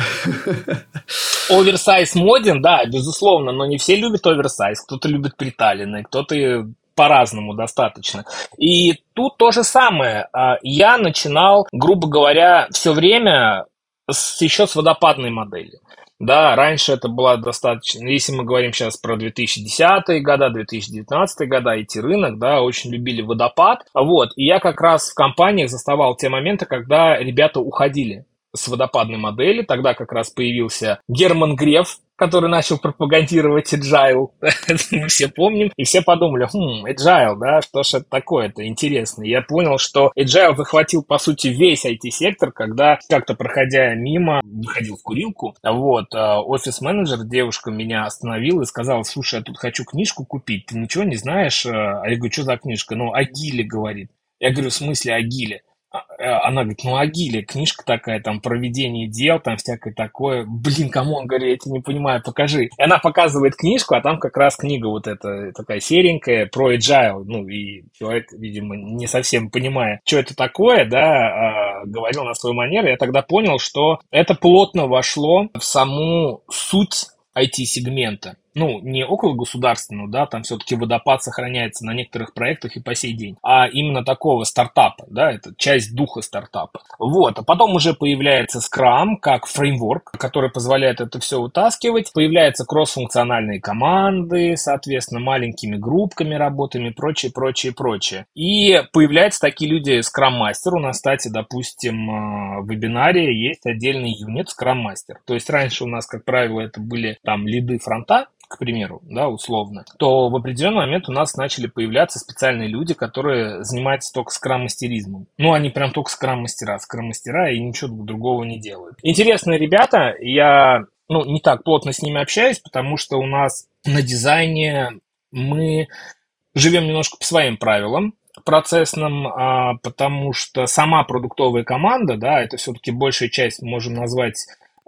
Оверсайз моден, да, безусловно, но не все любят оверсайз, кто-то любит приталенный, кто-то по-разному достаточно. И тут то же самое. Я начинал, грубо говоря, все время еще с водопадной модели. Да, раньше это была достаточно, если мы говорим сейчас про 2010-е года, 2019-е года, IT-рынок, да, очень любили водопад. Вот, и я как раз в компаниях заставал те моменты, когда ребята уходили с водопадной модели. Тогда как раз появился Герман Греф, который начал пропагандировать Agile. Это мы все помним. И все подумали, Agile, да, что ж это такое-то интересно. Я понял, что Agile захватил, по сути, весь IT-сектор, когда как-то, проходя мимо, выходил в курилку, вот, офис-менеджер, девушка меня остановила и сказала, слушай, я тут хочу книжку купить, ты ничего не знаешь? А я говорю, что за книжка? Ну, Агиле, говорит. Я говорю, в смысле Агиле? Она говорит, ну, Агиле, книжка такая, там, про ведение дел, там, всякое такое. Блин, камон, говорю, я тебя не понимаю, покажи. И она показывает книжку, а там как раз книга вот эта, такая серенькая, про Agile. Ну, и человек, видимо, не совсем понимая, что это такое, да, говорил на свою манеру. Я тогда понял, что это плотно вошло в саму суть IT-сегмента. Ну, не около государственного, да, там все-таки водопад сохраняется на некоторых проектах и по сей день, а именно такого стартапа, да, это часть духа стартапа. Вот, а потом уже появляется Scrum как фреймворк, который позволяет это все вытаскивать, появляются кроссфункциональные команды, соответственно, маленькими группками работами, прочее, прочее, прочее. И появляются такие люди, Scrum Master. У нас, кстати, допустим, в вебинаре есть отдельный юнит Scrum Master. То есть раньше у нас, как правило, это были там лиды фронта, к примеру, да, условно, то в определенный момент у нас начали появляться специальные люди, которые занимаются только скрам-мастеризмом. Ну, они прям только скрам-мастера и ничего другого не делают. Интересные ребята, я, не так плотно с ними общаюсь, потому что у нас на дизайне мы живем немножко по своим правилам процессным, потому что сама продуктовая команда, да, это все-таки большая часть, можем назвать,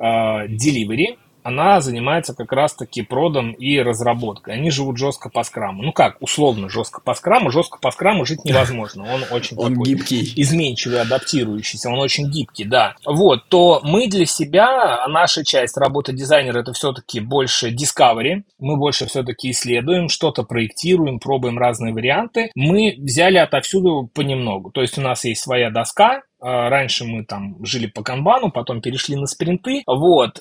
delivery, она занимается как раз-таки продом и разработкой. Они живут жестко по скраму. Ну как, условно жестко по скраму жить невозможно. Он очень он такой гибкий, изменчивый, адаптирующийся, он очень гибкий, да. Вот, то мы для себя, наша часть работы дизайнера, это все-таки больше discovery, мы больше все-таки исследуем, что-то проектируем, пробуем разные варианты. Мы взяли отовсюду понемногу. То есть у нас есть своя доска. Раньше мы там жили по канбану, потом перешли на спринты, вот,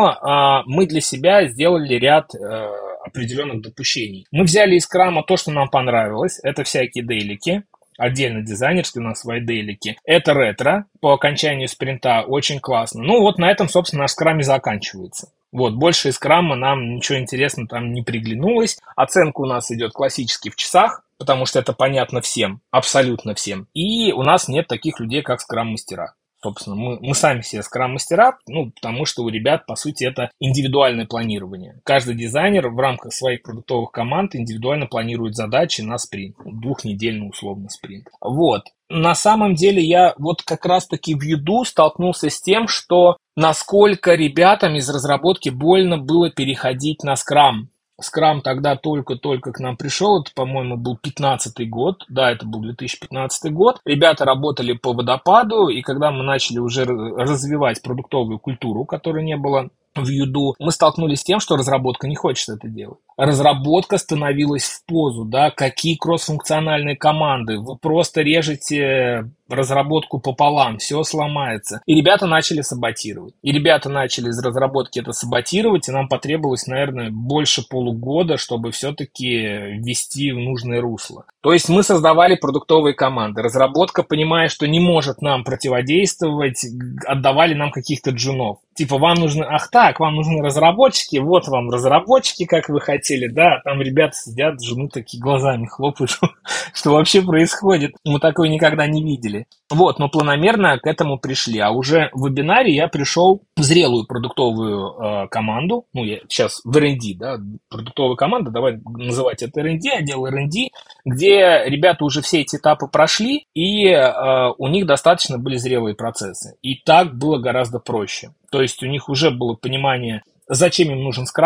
но мы для себя сделали ряд определенных допущений. Мы взяли из скрама то, что нам понравилось, это всякие дейлики, отдельно дизайнерские у нас свои дейлики. Это ретро по окончанию спринта, очень классно. Ну вот на этом, собственно, наш скрам и заканчивается. Вот, больше из скрама нам ничего интересного там не приглянулось. Оценка у нас идет классически в часах, потому что это понятно всем, абсолютно всем. И у нас нет таких людей, как скрам-мастера. Собственно, мы сами себе скрам-мастера, потому что у ребят, по сути, это индивидуальное планирование. Каждый дизайнер в рамках своих продуктовых команд индивидуально планирует задачи на спринт, двухнедельный условно спринт. Вот. На самом деле я вот как раз-таки в Юду столкнулся с тем, что насколько ребятам из разработки больно было переходить на скрам. Скрам тогда только-только к нам пришел, это, по-моему, был 15-й год, да, это был 2015 год. Ребята работали по водопаду, и когда мы начали уже развивать продуктовую культуру, которой не было в Юду, мы столкнулись с тем, что разработка не хочет это делать. Разработка становилась в позу, да, какие кроссфункциональные команды, вы просто режете разработку пополам, все сломается. И ребята начали саботировать. И ребята начали из разработки это саботировать, и нам потребовалось, наверное, больше полугода, чтобы все-таки ввести в нужное русло. То есть мы создавали продуктовые команды. Разработка, понимая, что не может нам противодействовать, отдавали нам каких-то джунов. Типа, вам нужны, вам нужны разработчики, вот вам разработчики, как вы хотели, да, там ребята сидят, жены такие глазами хлопают, что вообще происходит. Мы такое никогда не видели. Вот, но планомерно к этому пришли. А уже в вебинаре я пришел в зрелую продуктовую команду, я сейчас в R&D, да, продуктовая команда, давай называть это R&D, отдел R&D, где ребята уже все эти этапы прошли, и у них достаточно были зрелые процессы. И так было гораздо проще. То есть у них уже было понимание, зачем им нужен скрам,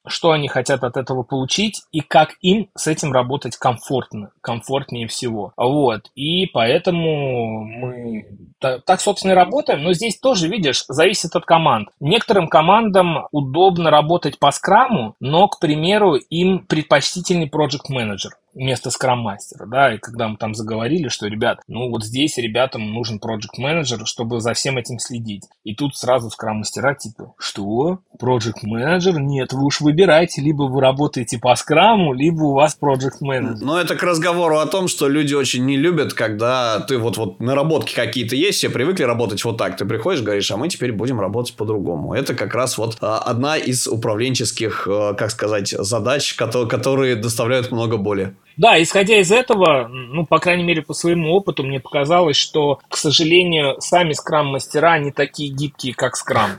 что они хотят от этого получить и как им с этим работать комфортнее всего. Вот. И поэтому мы так, собственно, и работаем. Но здесь тоже, видишь, зависит от команд. Некоторым командам удобно работать по скраму, но, к примеру, им предпочтительный проект-менеджер вместо скрам-мастера, да, и когда мы там заговорили, что, ребят, ну вот здесь ребятам нужен проект-менеджер, чтобы за всем этим следить. И тут сразу скрам-мастера типа, что? Проект-менеджер? Нет, вы уж выбирайте, либо вы работаете по скраму, либо у вас проект-менеджер. Но это к разговору о том, что люди очень не любят, когда ты вот наработки какие-то есть, все привыкли работать вот так, ты приходишь, говоришь, а мы теперь будем работать по-другому. Это как раз вот одна из управленческих, как сказать, задач, которые доставляют много боли. Да, исходя из этого, ну, по крайней мере, по своему опыту, мне показалось, что, к сожалению, сами скрам-мастера не такие гибкие, как скрам.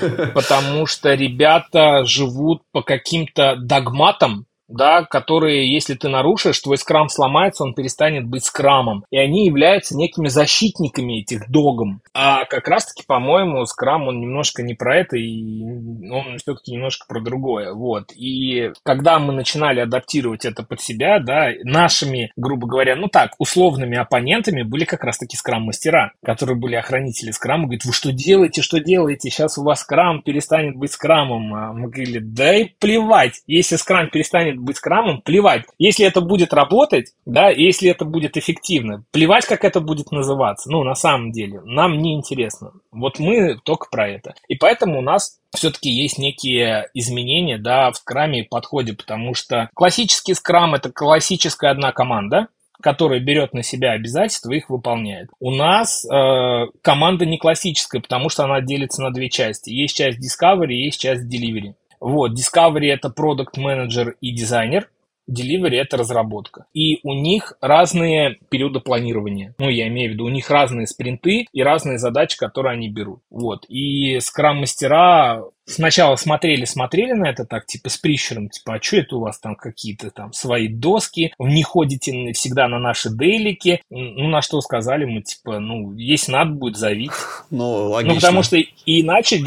Потому что ребята живут по каким-то догматам, да, которые, если ты нарушишь, твой скрам сломается, он перестанет быть скрамом. И они являются некими защитниками этих догм. А как раз-таки, по-моему, скрам, он немножко не про это, и он все-таки немножко про другое. Вот. И когда мы начинали адаптировать это под себя, да, нашими, грубо говоря, ну так, условными оппонентами были как раз-таки скрам-мастера, которые были охранители скрама. Говорят, вы что делаете, сейчас у вас скрам перестанет быть скрамом. А мы говорили, да и плевать, если скрам перестанет быть скрамом, плевать. Если это будет работать, да, если это будет эффективно, плевать, как это будет называться. Ну, на самом деле, нам не интересно. Вот мы только про это. И поэтому у нас все-таки есть некие изменения, да, в скраме и подходе, потому что классический скрам – это классическая одна команда, которая берет на себя обязательства и их выполняет. У нас команда не классическая, потому что она делится на две части. Есть часть Discovery, есть часть Delivery. Вот, Discovery – это продакт-менеджер и дизайнер, Delivery – это разработка. И у них разные периоды планирования. Ну, я имею в виду, у них разные спринты и разные задачи, которые они берут. Вот. И скрам-мастера сначала смотрели на это так, типа, с прищуром, типа, а что это у вас там какие-то там свои доски, не ходите всегда на наши дейлики. Ну, на что сказали мы, типа, ну, если надо будет, зовите. Ну, логично. Ну, потому что иначе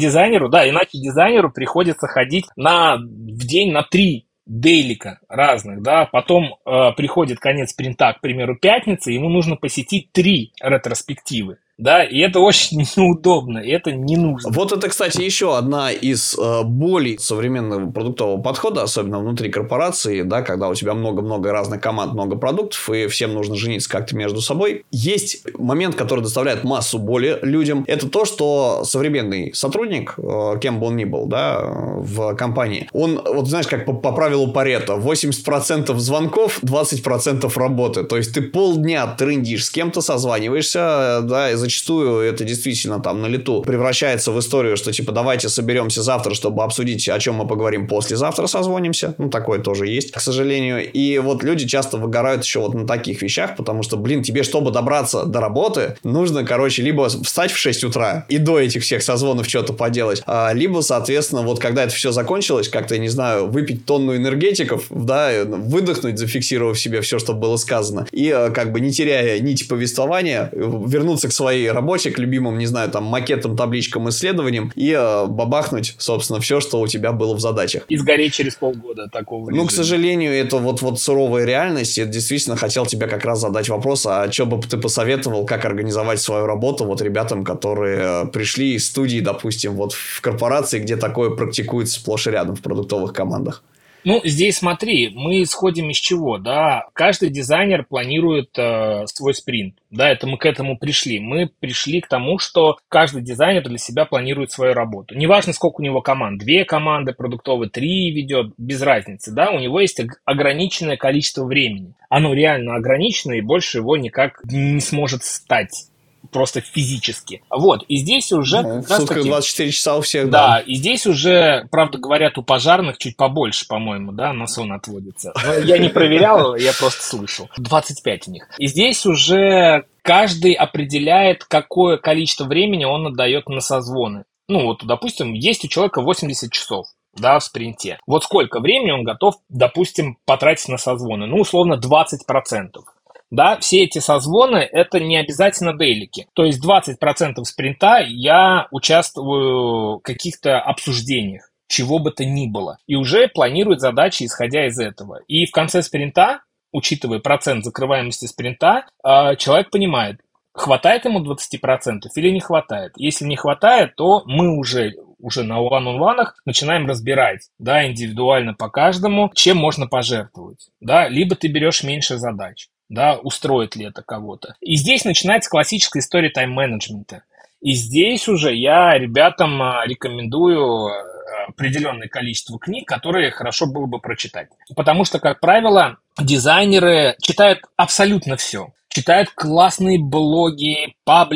дизайнеру приходится ходить в день на 3 дейлика разных, да, потом приходит конец спринта, к примеру, пятница, ему нужно посетить 3 ретроспективы. Да, и это очень неудобно, и это не нужно. Вот это, кстати, еще одна из болей современного продуктового подхода, особенно внутри корпорации, да, когда у тебя много-много разных команд, много продуктов, и всем нужно жениться как-то между собой. Есть момент, который доставляет массу боли людям. Это то, что современный сотрудник, кем бы он ни был, да, в компании, он, вот знаешь, как по правилу Парето, 80% звонков, 20% работы. То есть, ты полдня трындишь, с кем-то созваниваешься, да, и зачастую это действительно там на лету превращается в историю, что типа давайте соберемся завтра, чтобы обсудить, о чем мы поговорим послезавтра, созвонимся. Ну, такое тоже есть, к сожалению. И вот люди часто выгорают еще вот на таких вещах, потому что, блин, тебе, чтобы добраться до работы, нужно, короче, либо встать в 6 утра и до этих всех созвонов что-то поделать, либо, соответственно, вот когда это все закончилось, как-то, я не знаю, выпить тонну энергетиков, да, выдохнуть, зафиксировав себе все, что было сказано, и как бы не теряя нити повествования, вернуться к своей работе, к любимым, не знаю, там, макетам, табличкам, исследованиям и бабахнуть, собственно, все, что у тебя было в задачах. И сгореть через полгода такого. Ну, к сожалению, это вот суровая реальность. Я действительно хотел тебе как раз задать вопрос, а что бы ты посоветовал, как организовать свою работу вот ребятам, которые пришли из студии, допустим, вот в корпорации, где такое практикуется сплошь и рядом в продуктовых командах? Ну, здесь смотри, мы исходим из чего, да, каждый дизайнер планирует свой спринт, да, это мы к этому пришли. Мы пришли к тому, что каждый дизайнер для себя планирует свою работу. Неважно, сколько у него команд, 2 команды продуктовые, 3 ведет, без разницы, да, у него есть ограниченное количество времени. Оно реально ограничено, и больше его никак не сможет стать. Просто физически. Вот, и здесь уже... Ну, в сутках 24 часа у всех, да. Да, и здесь уже, правда, говорят, у пожарных чуть побольше, по-моему, да, на сон отводится. Но я не проверял, я просто слышал. 25 у них. И здесь уже каждый определяет, какое количество времени он отдает на созвоны. Ну, вот, допустим, есть у человека 80 часов. Да, в спринте. Вот сколько времени он готов, допустим, потратить на созвоны? Ну, условно, 20%. Да, все эти созвоны – это не обязательно дейлики. То есть 20% спринта я участвую в каких-то обсуждениях. чего бы то ни было. И уже планирует задачи, исходя из этого. И в конце спринта, учитывая процент закрываемости спринта, человек понимает, хватает ему 20% или не хватает. Если не хватает, то мы уже на one-on-one начинаем разбирать, да, индивидуально по каждому, чем можно пожертвовать, да, либо ты берешь меньше задач, да, устроит ли это кого-то. И здесь начинается классическая история тайм-менеджмента. И здесь уже я ребятам рекомендую определенное количество книг, которые хорошо было бы прочитать. Потому что, как правило, дизайнеры читают абсолютно все. Читают классные блоги,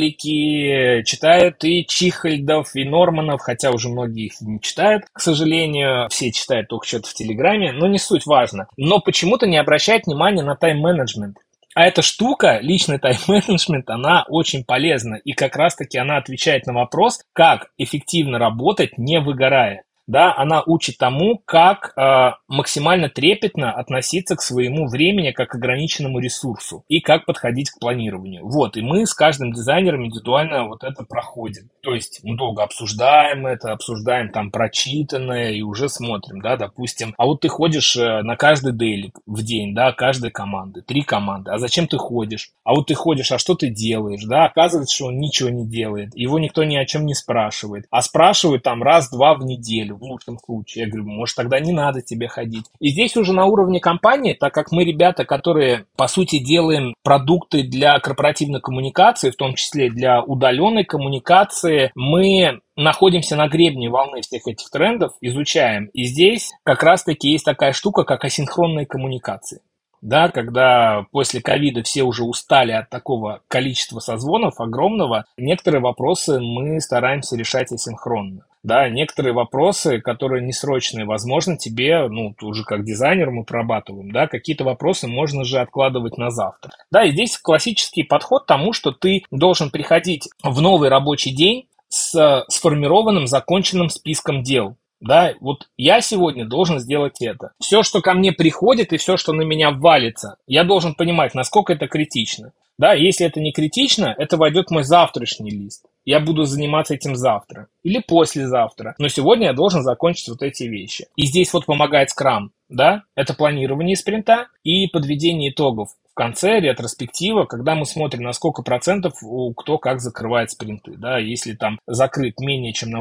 паблики, читают и Чихальдов, и Норманов, хотя уже многие их не читают, к сожалению. Все читают только что-то в Телеграме, но не суть важно. Но почему-то не обращают внимания на тайм-менеджмент. А эта штука, личный тайм-менеджмент, она очень полезна. И как раз-таки она отвечает на вопрос, как эффективно работать, не выгорая. Да, она учит тому, как максимально трепетно относиться к своему времени как к ограниченному ресурсу и как подходить к планированию. Вот, и мы с каждым дизайнером индивидуально вот это проходим. То есть мы долго обсуждаем это, обсуждаем там прочитанное и уже смотрим, да, допустим. А вот ты ходишь на каждый дейлик в день, да, каждой команды, 3 команды. А зачем ты ходишь? А вот ты ходишь, а что ты делаешь? Да, оказывается, что он ничего не делает. Его никто ни о чем не спрашивает. А спрашивают там раз-два в неделю. В лучшем случае. Я говорю, может, тогда не надо тебе ходить. И здесь уже на уровне компании, так как мы ребята, которые, по сути, делаем продукты для корпоративной коммуникации, в том числе для удаленной коммуникации, мы находимся на гребне волны всех этих трендов, изучаем. И здесь как раз-таки есть такая штука, как асинхронные коммуникации. Да, когда после ковида все уже устали от такого количества созвонов огромного, некоторые вопросы мы стараемся решать асинхронно. Да, некоторые вопросы, которые несрочные, возможно, тебе, уже как дизайнер мы прорабатываем, да, какие-то вопросы можно же откладывать на завтра. Да, и здесь классический подход к тому, что ты должен приходить в новый рабочий день с сформированным, законченным списком дел. Да, вот я сегодня должен сделать это. Все, что ко мне приходит и все, что на меня валится, я должен понимать, насколько это критично. Да, если это не критично, это войдет в мой завтрашний лист. Я буду заниматься этим завтра или послезавтра. Но сегодня я должен закончить вот эти вещи. И здесь вот помогает Scrum. Да, это планирование спринта и подведение итогов. В конце ретроспектива, когда мы смотрим, на сколько процентов кто как закрывает спринты. Да, если там закрыт менее чем на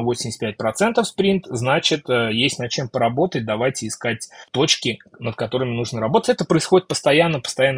85% спринт, значит, есть над чем поработать, давайте искать точки, над которыми нужно работать. Это происходит постоянно.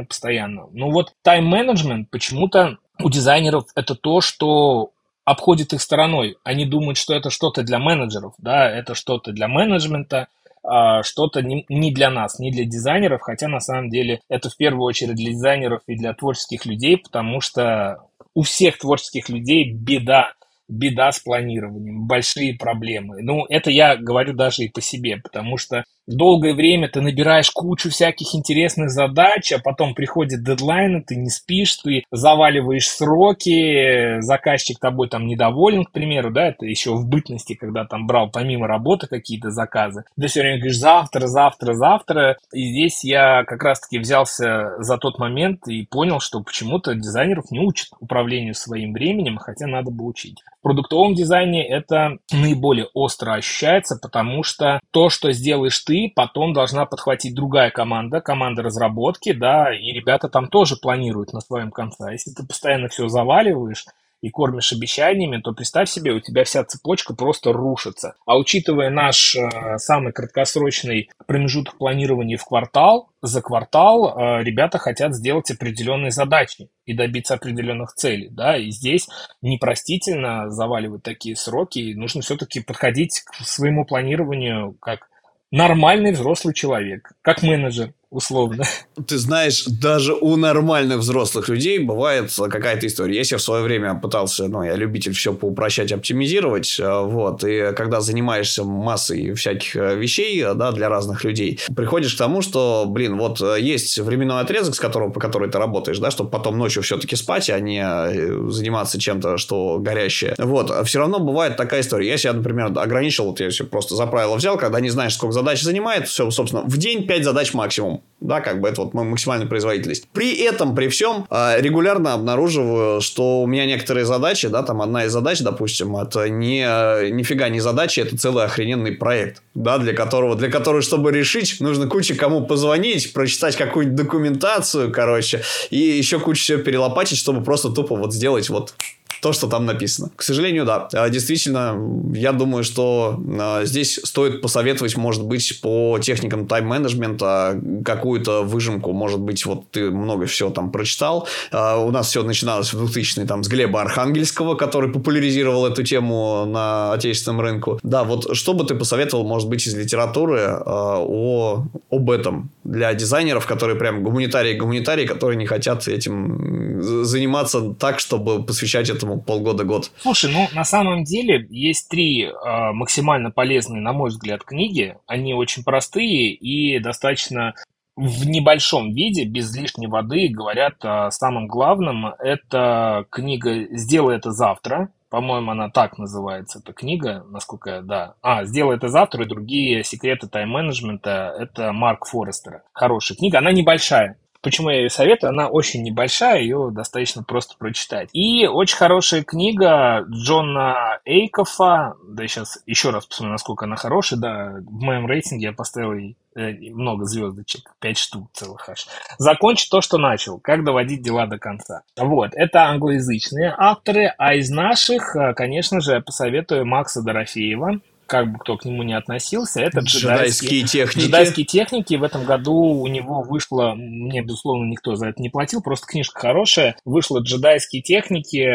Но вот тайм-менеджмент почему-то у дизайнеров это то, что обходит их стороной. Они думают, что это что-то для менеджеров, да, это что-то для менеджмента, что-то не для нас, не для дизайнеров, хотя на самом деле это в первую очередь для дизайнеров и для творческих людей, потому что у всех творческих людей беда с планированием, большие проблемы. Это я говорю даже и по себе, потому что долгое время ты набираешь кучу всяких интересных задач, а потом приходит дедлайн, ты не спишь, ты заваливаешь сроки, заказчик тобой там недоволен, к примеру, да, это еще в бытности, когда там брал помимо работы какие-то заказы, ты все время говоришь завтра, и здесь я как раз-таки взялся за тот момент и понял, что почему-то дизайнеров не учат управлению своим временем, хотя надо бы учить. В продуктовом дизайне это наиболее остро ощущается, потому что то, что сделаешь ты, потом должна подхватить другая команда разработки, да, и ребята там тоже планируют на своем конце. А если ты постоянно все заваливаешь и кормишь обещаниями, то представь себе, у тебя вся цепочка просто рушится. А учитывая наш самый краткосрочный промежуток планирования за квартал ребята хотят сделать определенные задачи и добиться определенных целей, да, и здесь непростительно заваливать такие сроки, и нужно все-таки подходить к своему планированию как нормальный взрослый человек, как менеджер, условно. Ты знаешь, даже у нормальных взрослых людей бывает какая-то история. Я в свое время пытался, я любитель все поупрощать, оптимизировать, вот, и когда занимаешься массой всяких вещей, да, для разных людей, приходишь к тому, что, вот есть временной отрезок, по которому ты работаешь, да, чтобы потом ночью все-таки спать, а не заниматься чем-то, что горящее. Вот, все равно бывает такая история. Я себя, например, ограничил, я все просто за правило взял, когда не знаешь, сколько задач занимает, все, собственно, в день 5 задач максимум. Да, как бы это вот максимальная производительность. При этом, при всем, регулярно обнаруживаю, что у меня некоторые задачи, да, там одна из задач, допустим, это нифига не задача, это целый охрененный проект, да, для которого, чтобы решить, нужно куча кому позвонить, прочитать какую-нибудь документацию, короче, и еще кучу всего перелопатить, чтобы просто тупо вот сделать вот то, что там написано. К сожалению, да. Действительно, я думаю, что здесь стоит посоветовать, может быть, по техникам тайм-менеджмента какую-то выжимку. Может быть, вот ты много всего там прочитал. У нас все начиналось в 2000-е там с Глеба Архангельского, который популяризировал эту тему на отечественном рынку. Да, вот что бы ты посоветовал, может быть, из литературы об этом для дизайнеров, которые прям гуманитарии, которые не хотят этим заниматься так, чтобы посвящать этому полгода-год. Слушай, ну на самом деле есть три максимально полезные, на мой взгляд, книги. Они очень простые и достаточно в небольшом виде, без лишней воды, говорят о самом главном. Это книга «Сделай это завтра». По-моему, она так называется, эта книга, насколько да. «Сделай это завтра» и другие секреты тайм-менеджмента. Это Марк Форестера. Хорошая книга, она небольшая. Почему я ее советую? Она очень небольшая, ее достаточно просто прочитать. И очень хорошая книга Джона Эйкофа. Да, сейчас еще раз посмотрю, насколько она хорошая. Да, в моем рейтинге я поставил ей много звездочек, 5 штук целых аж. «Закончить то, что начал. Как доводить дела до конца». Вот, это англоязычные авторы, а из наших, конечно же, я посоветую Макса Дорофеева. Как бы кто к нему не относился, это джедайские техники. Джедайские техники. В этом году у него вышло, мне, безусловно, никто за это не платил, просто книжка хорошая. Вышло «Джедайские техники»,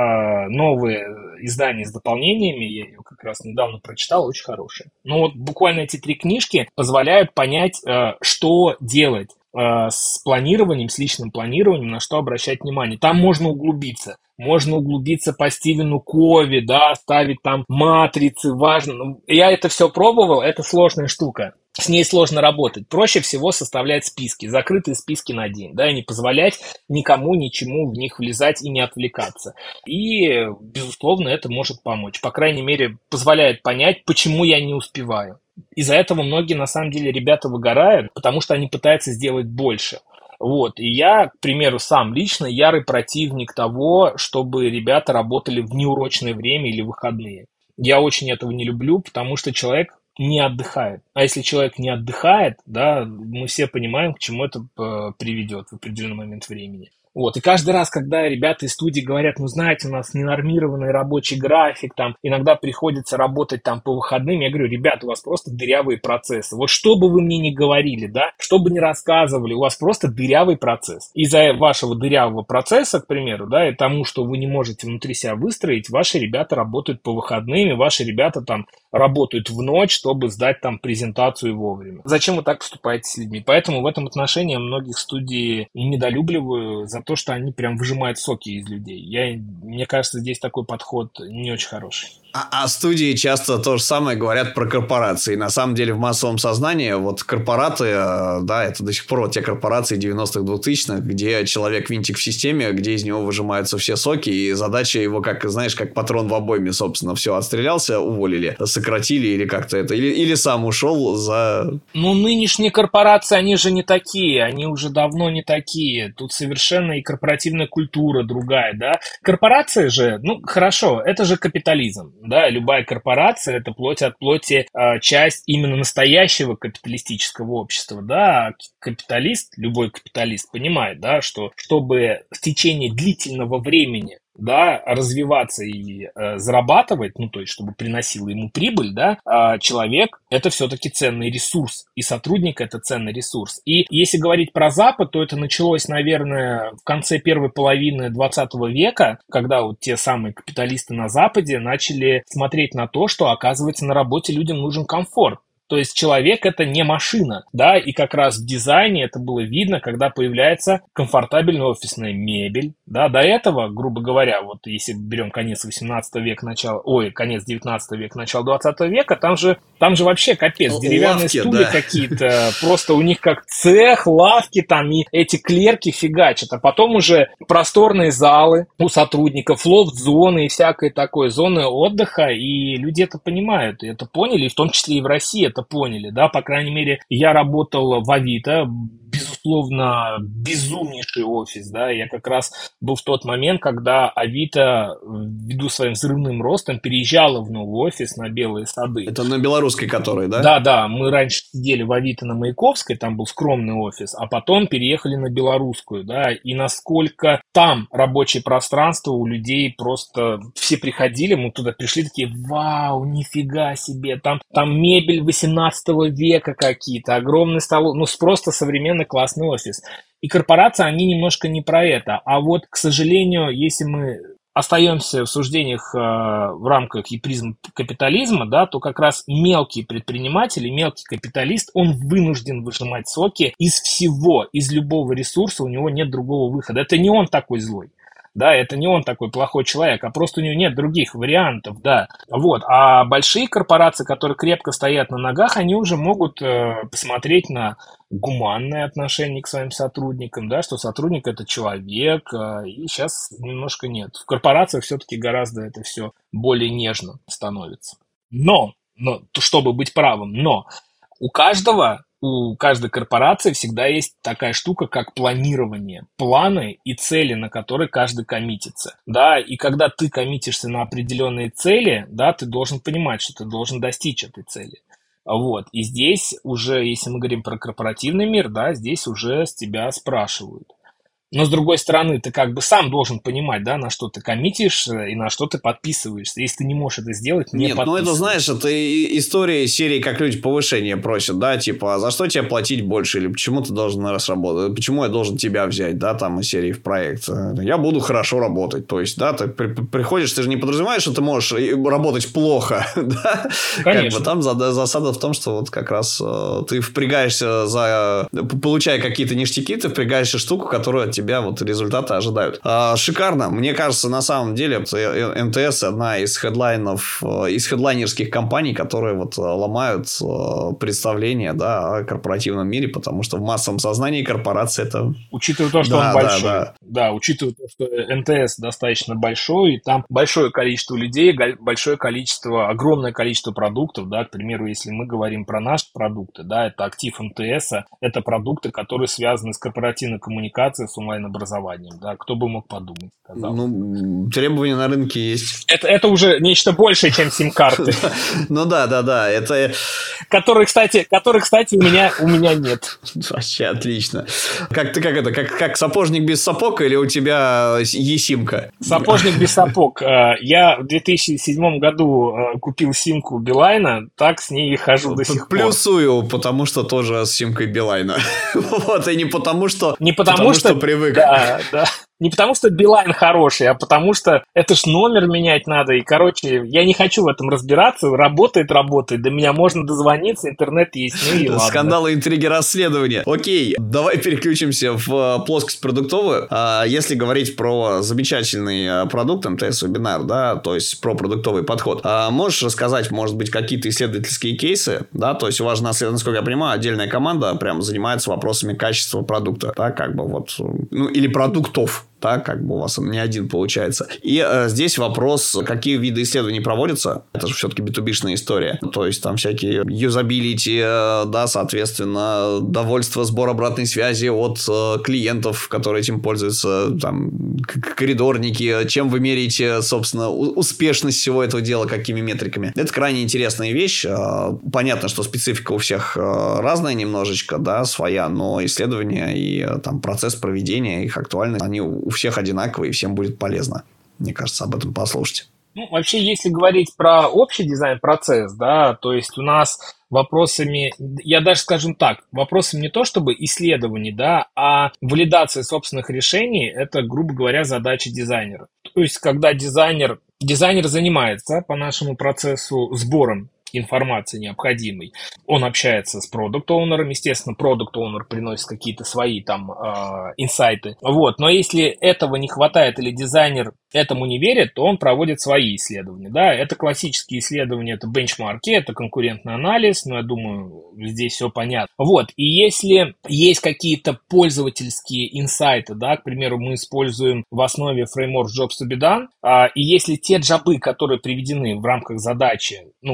новые издания с дополнениями. Я ее как раз недавно прочитал, очень хорошие. Ну вот буквально эти 3 книжки позволяют понять, что делать с планированием, с личным планированием, на что обращать внимание. Там можно углубиться. Можно углубиться по Стивену Кови, да, ставить там матрицы, важно. Я это все пробовал, это сложная штука. С ней сложно работать. Проще всего составлять списки, закрытые списки на день, да, и не позволять никому ничему в них влезать и не отвлекаться. И, безусловно, это может помочь. По крайней мере, позволяет понять, почему я не успеваю. Из-за этого многие, на самом деле, ребята выгорают, потому что они пытаются сделать больше. Вот, и я, к примеру, сам лично ярый противник того, чтобы ребята работали в неурочное время или выходные. Я очень этого не люблю, потому что человек не отдыхает. А если человек не отдыхает, да, мы все понимаем, к чему это приведет в определенный момент времени. Вот, и каждый раз, когда ребята из студии говорят, ну, знаете, у нас ненормированный рабочий график, там, иногда приходится работать там по выходным, я говорю, ребята, у вас просто дырявые процессы. Вот что бы вы мне ни говорили, да, что бы ни рассказывали, у вас просто дырявый процесс. Из-за вашего дырявого процесса, к примеру, да, и тому, что вы не можете внутри себя выстроить, ваши ребята работают по выходным, и ваши ребята там работают в ночь, чтобы сдать там презентацию вовремя. Зачем вы так поступаете с людьми? Поэтому в этом отношении я многих студий недолюбливаю за то, что они прям выжимают соки из людей. Мне кажется, здесь такой подход не очень хороший. А студии часто то же самое говорят про корпорации. На самом деле в массовом сознании вот корпораты, да, это до сих пор вот те корпорации 90-х, 2000-х, где человек винтик в системе, где из него выжимаются все соки, и задача его, как, знаешь, как патрон в обойме, собственно, все, отстрелялся, уволили, сократили или как-то это, или сам ушел за... Ну, нынешние корпорации, они же не такие, они уже давно не такие. Тут совершенно и корпоративная культура другая, да. Корпорации же, ну, хорошо, это же капитализм. Да, любая корпорация – это плоть от плоти часть именно настоящего капиталистического общества. Да, капиталист, любой капиталист понимает, да, что чтобы в течение длительного времени, да, развиваться и зарабатывать, ну, то есть, чтобы приносило ему прибыль, да, человек – это все-таки ценный ресурс, и сотрудник – это ценный ресурс. И если говорить про Запад, то это началось, наверное, в конце первой половины 20 века, когда вот те самые капиталисты на Западе начали смотреть на то, что, оказывается, на работе людям нужен комфорт. То есть человек – это не машина, да, и как раз в дизайне это было видно, когда появляется комфортабельная офисная мебель, да, до этого, грубо говоря, вот если берем конец 18 века, конец 19 века, начало 20 века, там же вообще капец, деревянные лавки, стулья да, какие-то, просто у них как цех, лавки там, и эти клерки фигачат, а потом уже просторные залы у сотрудников, лофт-зоны и всякое такое, зоны отдыха, и люди это понимают, и это поняли, и в том числе и в России это поняли, да, по крайней мере, я работал в Авито, безусловно, безумнейший офис, да, я как раз был в тот момент, когда Авито, ввиду своим взрывным ростом, переезжала в новый офис на Белые Сады. Это на белорусской которой, да? Да, да, мы раньше сидели в Авито на Маяковской, там был скромный офис, а потом переехали на Белорусскую, да, и насколько там рабочее пространство у людей просто все приходили, мы туда пришли такие, вау, нифига себе, там мебель 18 века какие-то, огромный стол, ну, просто современный классный офис. И корпорации, они немножко не про это, а вот, к сожалению, если мы остаемся в суждениях в рамках и призм капитализма, да, то как раз мелкий предприниматель и мелкий капиталист, он вынужден выжимать соки из всего, из любого ресурса, у него нет другого выхода. Это не он такой злой. Да, это не он такой плохой человек, а просто у него нет других вариантов, да. Вот. А большие корпорации, которые крепко стоят на ногах, они уже могут посмотреть на гуманное отношение к своим сотрудникам, да, что сотрудник это человек, и сейчас немножко нет. В корпорациях все-таки гораздо это все более нежно становится. Но, чтобы быть правым, но у каждой корпорации всегда есть такая штука, как планирование, планы и цели, на которые каждый коммитится, да, и когда ты коммитишься на определенные цели, да, ты должен понимать, что ты должен достичь этой цели. Вот, и здесь уже, если мы говорим про корпоративный мир, да, здесь уже с тебя спрашивают. Но, с другой стороны, ты как бы сам должен понимать, да, на что ты коммитишься и на что ты подписываешься. Если ты не можешь это сделать, не подписывайся. Нет, ну это, знаешь, это история серии, как люди повышения просят, да, типа, а за что тебе платить больше, или почему ты должен раз работать, почему я должен тебя взять, да, там, из серии в проект. Я буду хорошо работать, то есть, да, ты приходишь, ты же не подразумеваешь, что ты можешь работать плохо, да? Конечно. Как бы там засада в том, что вот как раз ты впрягаешься получая какие-то ништяки, ты впрягаешься в штуку, которую от тебя вот результаты ожидают. Шикарно. Мне кажется, на самом деле МТС одна из хедлайнов, из хедлайнерских компаний, которые вот ломают представление, да, о корпоративном мире, потому что в массовом сознании корпорация это... Учитывая то, что он большой. Да, учитывая то, что МТС достаточно большой, и там большое количество людей, огромное количество продуктов, да, к примеру, если мы говорим про наши продукты, да, это актив МТС, это продукты, которые связаны с корпоративной коммуникацией, с онлайн-образованием, да, кто бы мог подумать. Казалось. Ну, требования на рынке есть. Это уже нечто большее, чем сим-карты. Ну да, это... Которые, кстати, у меня нет. Вообще отлично. Как сапожник без сапог или у тебя есимка? Сапожник без сапог. Я в 2007 году купил симку Билайна, так с ней и хожу до сих пор. Плюсую, потому что тоже с симкой Билайна. Вот, и не потому что привык. Да. Не потому что Билайн хороший, а потому что это ж номер менять надо. И, короче, я не хочу в этом разбираться. Работает. До меня можно дозвониться, интернет есть, ну и ладно. Скандалы, интриги, расследования. Окей, давай переключимся в плоскость продуктовую. Если говорить про замечательный продукт МТС-вебинар, да, то есть про продуктовый подход, можешь рассказать, может быть, какие-то исследовательские кейсы, да, то есть у вас, насколько я понимаю, отдельная команда прям занимается вопросами качества продукта, да, как бы вот, ну, или продуктов. Так, как бы у вас не один получается. И здесь вопрос, какие виды исследований проводятся. Это же все-таки B2B-шная история. То есть, там всякие юзабилити, да, соответственно, довольство, сбор обратной связи от клиентов, которые этим пользуются, там, коридорники, чем вы меряете, собственно, успешность всего этого дела, какими метриками. Это крайне интересная вещь. Понятно, что специфика у всех разная немножечко, да, своя, но исследования и там процесс проведения, их актуальность, они у всех одинаковые, и всем будет полезно. Мне кажется, об этом послушайте. Ну, вообще, если говорить про общий дизайн-процесс, да, то есть у нас вопросами, я даже скажу так, вопросом не то чтобы исследований, да, а валидация собственных решений, это, грубо говоря, задача дизайнера. То есть, когда дизайнер занимается по нашему процессу сбором информации необходимой. Он общается с продукт-оунером, естественно, продукт-оунер приносит какие-то свои там инсайты. Вот. Но если этого не хватает или дизайнер этому не верит, то он проводит свои исследования. Да? Это классические исследования, это бенчмарки, это конкурентный анализ, но я думаю, здесь все понятно. Вот. И если есть какие-то пользовательские инсайты, да, к примеру, мы используем в основе фреймворк Jobs to be done, и если те джобы, которые приведены в рамках задачи, ну,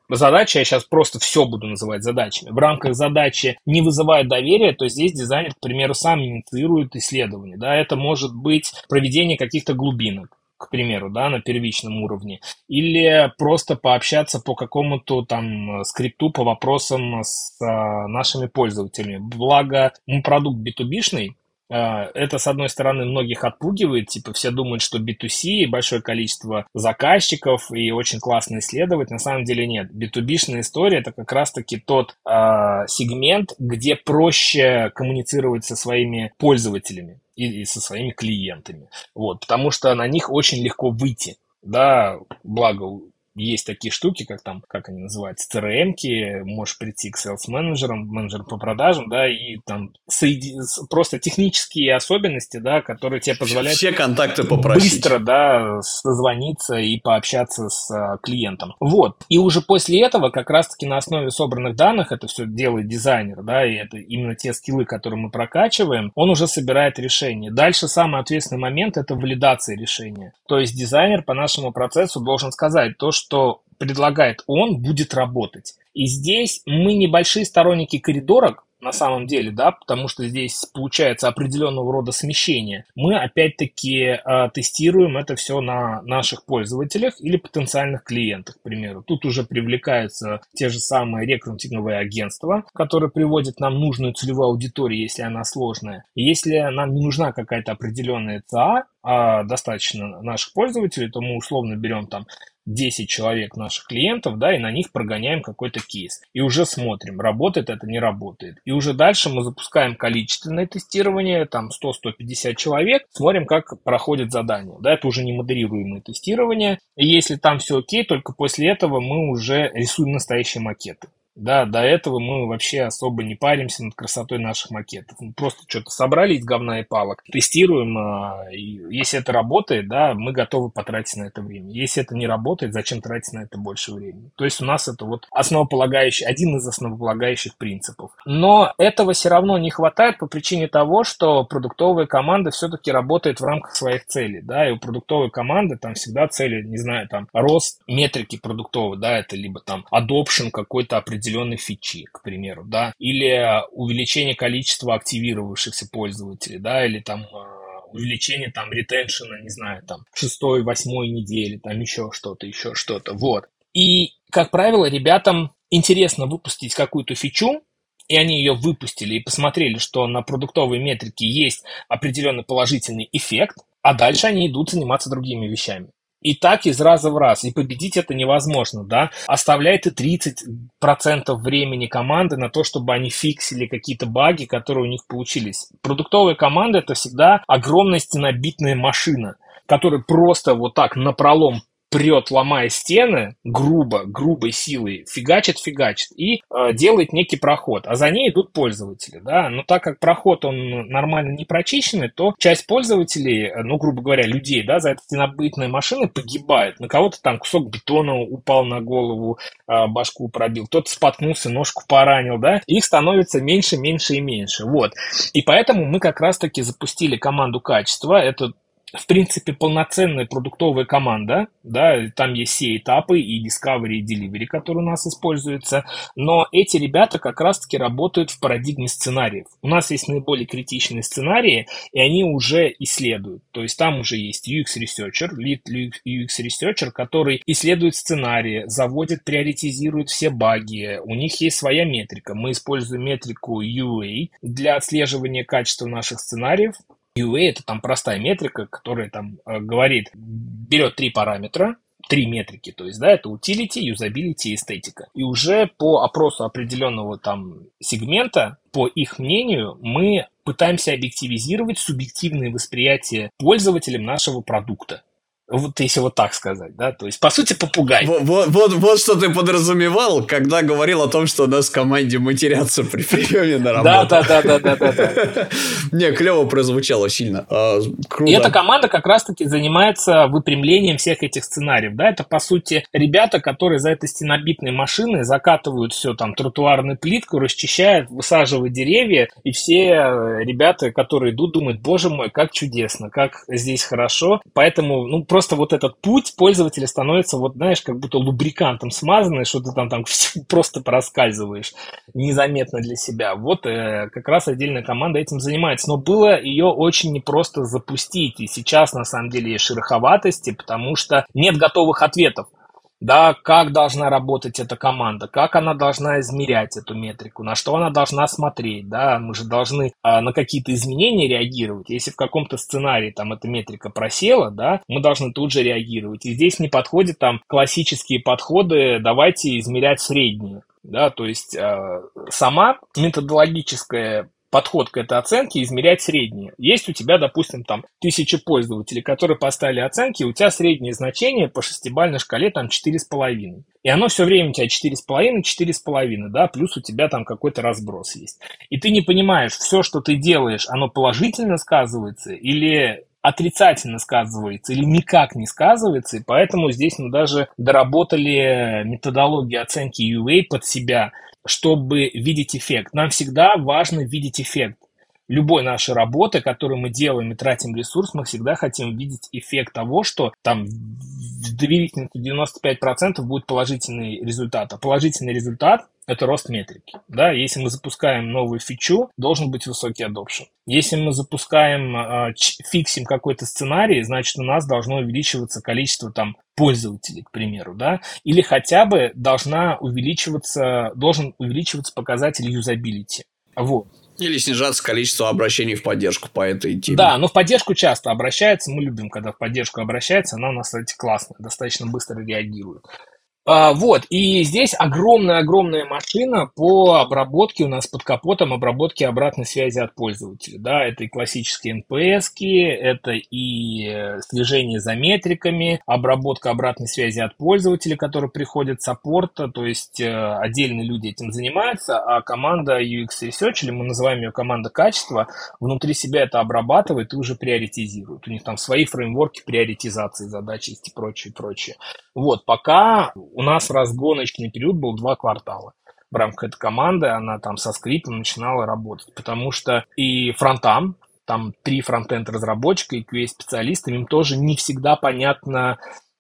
задачи, я сейчас просто все буду называть задачами, в рамках задачи не вызывают доверия, то здесь дизайнер, к примеру, сам инициирует исследование. Да? Это может быть проведение каких-то глубинок, к примеру, да, на первичном уровне, или просто пообщаться по какому-то там скрипту по вопросам с нашими пользователями. Благо, мы продукт B2B-шный, это, с одной стороны, многих отпугивает, типа все думают, что B2C, большое количество заказчиков и очень классно исследовать, на самом деле нет. B2B-шная история – это как раз-таки тот сегмент, где проще коммуницировать со своими пользователями и со своими клиентами, вот, потому что на них очень легко выйти, да, благо есть такие штуки, как там, как они называются, CRM-ки, можешь прийти к sales-менеджерам, менеджеру по продажам, да, и там просто технические особенности, да, которые тебе позволяют все контакты попросить. Быстро, да, созвониться и пообщаться с клиентом. Вот. И уже после этого, как раз-таки на основе собранных данных, это все делает дизайнер, да, и это именно те скиллы, которые мы прокачиваем, он уже собирает решение. Дальше самый ответственный момент – это валидация решения. То есть дизайнер по нашему процессу должен сказать то, что предлагает он, будет работать. И здесь мы небольшие сторонники коридорок, на самом деле, да, потому что здесь получается определенного рода смещение. Мы опять-таки тестируем это все на наших пользователях или потенциальных клиентах, к примеру. Тут уже привлекаются те же самые рекрутинговые агентства, которые приводят нам нужную целевую аудиторию, если она сложная. И если нам не нужна какая-то определенная ЦА, а достаточно наших пользователей, то мы условно берем там 10 человек наших клиентов, да, и на них прогоняем какой-то кейс. И уже смотрим, работает это, не работает. И уже дальше мы запускаем количественное тестирование, там 100-150 человек, смотрим, как проходит задание. Да, это уже не модерируемое тестирование. И если там все окей, только после этого мы уже рисуем настоящие макеты. Да, до этого мы вообще особо не паримся над красотой наших макетов. Мы просто что-то собрали из говна и палок, тестируем, и если это работает, да, мы готовы потратить на это время. Если это не работает, зачем тратить на это больше времени? То есть у нас это вот основополагающий, один из основополагающих принципов. Но этого все равно не хватает по причине того, что продуктовая команда все-таки работает в рамках своих целей, да, и у продуктовой команды там всегда цели, не знаю, там рост метрики продуктовой, да, это либо там adoption какой-то определенной фичи, к примеру, да, или увеличение количества активировавшихся пользователей, да, или там увеличение там ретеншена, не знаю, там 6-8 недели, там еще что-то, вот. И, как правило, ребятам интересно выпустить какую-то фичу, и они ее выпустили и посмотрели, что на продуктовой метрике есть определенный положительный эффект, а дальше они идут заниматься другими вещами. И так из раза в раз. И победить это невозможно, да. Оставляет и 30% времени команды на то, чтобы они фиксили какие-то баги, которые у них получились. Продуктовая команда – это всегда огромная стенобитная машина, которая просто вот так напролом прет, ломая стены, грубой силой, фигачит и делает некий проход. А за ней идут пользователи, да. Но так как проход, он нормально не прочищенный, то часть пользователей, ну, грубо говоря, людей, да, за этой стенобитной машиной погибает. На кого-то там кусок бетона упал на голову, башку пробил, кто-то споткнулся, ножку поранил, да. Их становится меньше и меньше, вот. И поэтому мы как раз-таки запустили команду качества. Это в принципе, полноценная продуктовая команда, да, там есть все этапы, и Discovery, и Delivery, которые у нас используются, но эти ребята как раз-таки работают в парадигме сценариев. У нас есть наиболее критичные сценарии, и они уже исследуют, то есть там уже есть UX-ресерчер, lead UX-ресерчер, который исследует сценарии, заводит, приоритизирует все баги, у них есть своя метрика, мы используем метрику UA для отслеживания качества наших сценариев. UA – это там простая метрика, которая там говорит, берет 3 параметра, 3 метрики, то есть, да, это utility, юзабилити и эстетика. И уже по опросу определенного там сегмента, по их мнению, мы пытаемся объективизировать субъективное восприятие пользователям нашего продукта. Вот если вот так сказать, да, то есть, по сути, попугай. Вот что ты подразумевал, когда говорил о том, что у нас в команде матерятся при приеме на работу. Да. Не, клево прозвучало сильно. Круто. И эта команда как раз-таки занимается выпрямлением всех этих сценариев, да, это, по сути, ребята, которые за этой стенобитной машиной закатывают все там, тротуарную плитку, расчищают, высаживают деревья, и все ребята, которые идут, думают, боже мой, как чудесно, как здесь хорошо, поэтому, ну, просто просто вот этот путь пользователя становится, вот знаешь, как будто лубрикантом смазанный, что ты там просто проскальзываешь незаметно для себя. Вот как раз отдельная команда этим занимается. Но было ее очень непросто запустить. И сейчас, на самом деле, есть шероховатости, потому что нет готовых ответов. Да, как должна работать эта команда, как она должна измерять эту метрику, на что она должна смотреть, да, мы же должны на какие-то изменения реагировать. Если в каком-то сценарии там эта метрика просела, да, мы должны тут же реагировать. И здесь не подходят там классические подходы, давайте измерять средние, да, то есть сама методологическая подход к этой оценке измерять средние. Есть у тебя, допустим, там 1000 пользователей, которые поставили оценки, у тебя среднее значение по шестибалльной шкале там 4,5. И оно все время у тебя 4,5, да, плюс у тебя там какой-то разброс есть. И ты не понимаешь, все, что ты делаешь, оно положительно сказывается или отрицательно сказывается, или никак не сказывается, и поэтому здесь мы даже доработали методологию оценки UA под себя, чтобы видеть эффект. Нам всегда важно видеть эффект. Любой нашей работы, которую мы делаем и тратим ресурс, мы всегда хотим видеть эффект того, что там в доверительности 95% будет положительный результат. А положительный результат – это рост метрики. Да? Если мы запускаем новую фичу, должен быть высокий adoption. Если мы фиксим какой-то сценарий, значит, у нас должно увеличиваться количество там пользователей, к примеру, да, или хотя бы должен увеличиваться показатель юзабилити. Вот. Или снижаться количество обращений в поддержку по этой теме. Да, но в поддержку часто обращается. Мы любим, когда в поддержку обращается. Она у нас, кстати, классная, достаточно быстро реагирует. Вот, и здесь огромная машина по обработке, у нас под капотом обработки обратной связи от пользователя, да, это и классические NPS-ки, это и слежение за метриками, обработка обратной связи от пользователя, который приходит с саппорта, то есть отдельные люди этим занимаются, а команда UX Research, или мы называем ее команда качества, внутри себя это обрабатывает и уже приоритизирует. У них там свои фреймворки приоритизации задач есть и прочее. Вот, пока у нас разгоночный период был 2 квартала. В рамках этой команды она там со скриптом начинала работать, потому что и фронтам, там 3 фронтенд разработчика и QA-специалиста, им тоже не всегда понятна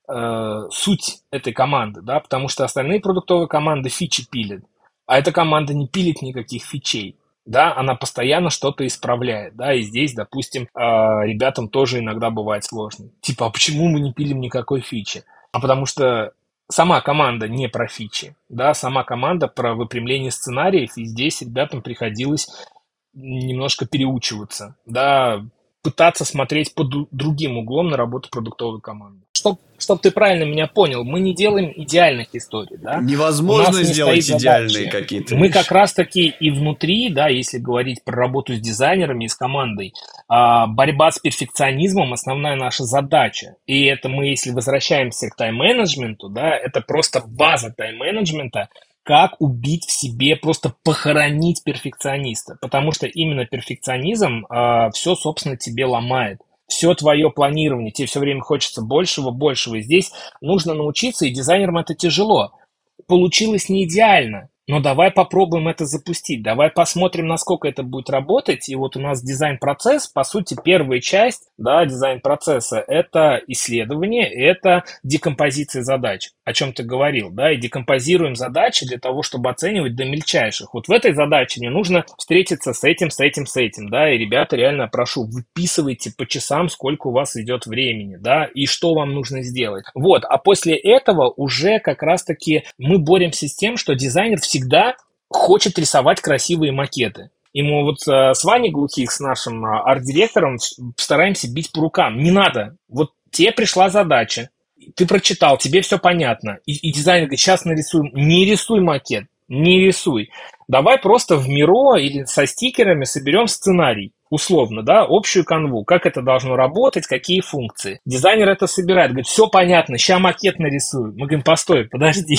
суть этой команды, да, потому что остальные продуктовые команды фичи пилят, а эта команда не пилит никаких фичей. Да, она постоянно что-то исправляет, да, и здесь, допустим, ребятам тоже иногда бывает сложно. Типа, а почему мы не пилим никакой фичи? А потому что сама команда не про фичи, да, сама команда про выпрямление сценариев, и здесь ребятам приходилось немножко переучиваться, да, пытаться смотреть под другим углом на работу продуктовой команды. Чтоб ты правильно меня понял, мы не делаем идеальных историй, да. Невозможно сделать идеальные какие-то Мы вещи. как раз-таки и внутри, да, если говорить про работу с дизайнерами и с командой, борьба с перфекционизмом – основная наша задача. И это мы, если возвращаемся к тайм-менеджменту, да, это просто база тайм-менеджмента, как убить в себе, просто похоронить перфекциониста. Потому что именно перфекционизм все, собственно, тебе ломает. Все твое планирование, тебе все время хочется большего. И здесь нужно научиться, и дизайнерам это тяжело. Получилось не идеально, но давай попробуем это запустить, давай посмотрим, насколько это будет работать. И вот у нас дизайн-процесс, по сути, первая часть, да, дизайн-процесса – это исследование, это декомпозиция задач, о чем ты говорил, да, и декомпозируем задачи для того, чтобы оценивать до мельчайших. Вот в этой задаче мне нужно встретиться с этим, да, и, ребята, реально прошу, выписывайте по часам, сколько у вас идет времени, да, и что вам нужно сделать. Вот, а после этого уже как раз-таки мы боремся с тем, что дизайнер всегда хочет рисовать красивые макеты. И мы вот с Ваней Глухих, с нашим арт-директором, стараемся бить по рукам. Не надо. Вот тебе пришла задача, ты прочитал, тебе все понятно. И дизайнер говорит, сейчас нарисуем. Не рисуй макет, не рисуй. Давай просто в Miro или со стикерами соберем сценарий. Условно, да, общую канву, как это должно работать, какие функции. Дизайнер это собирает, говорит, все понятно, сейчас макет нарисую. Мы говорим, постой, подожди.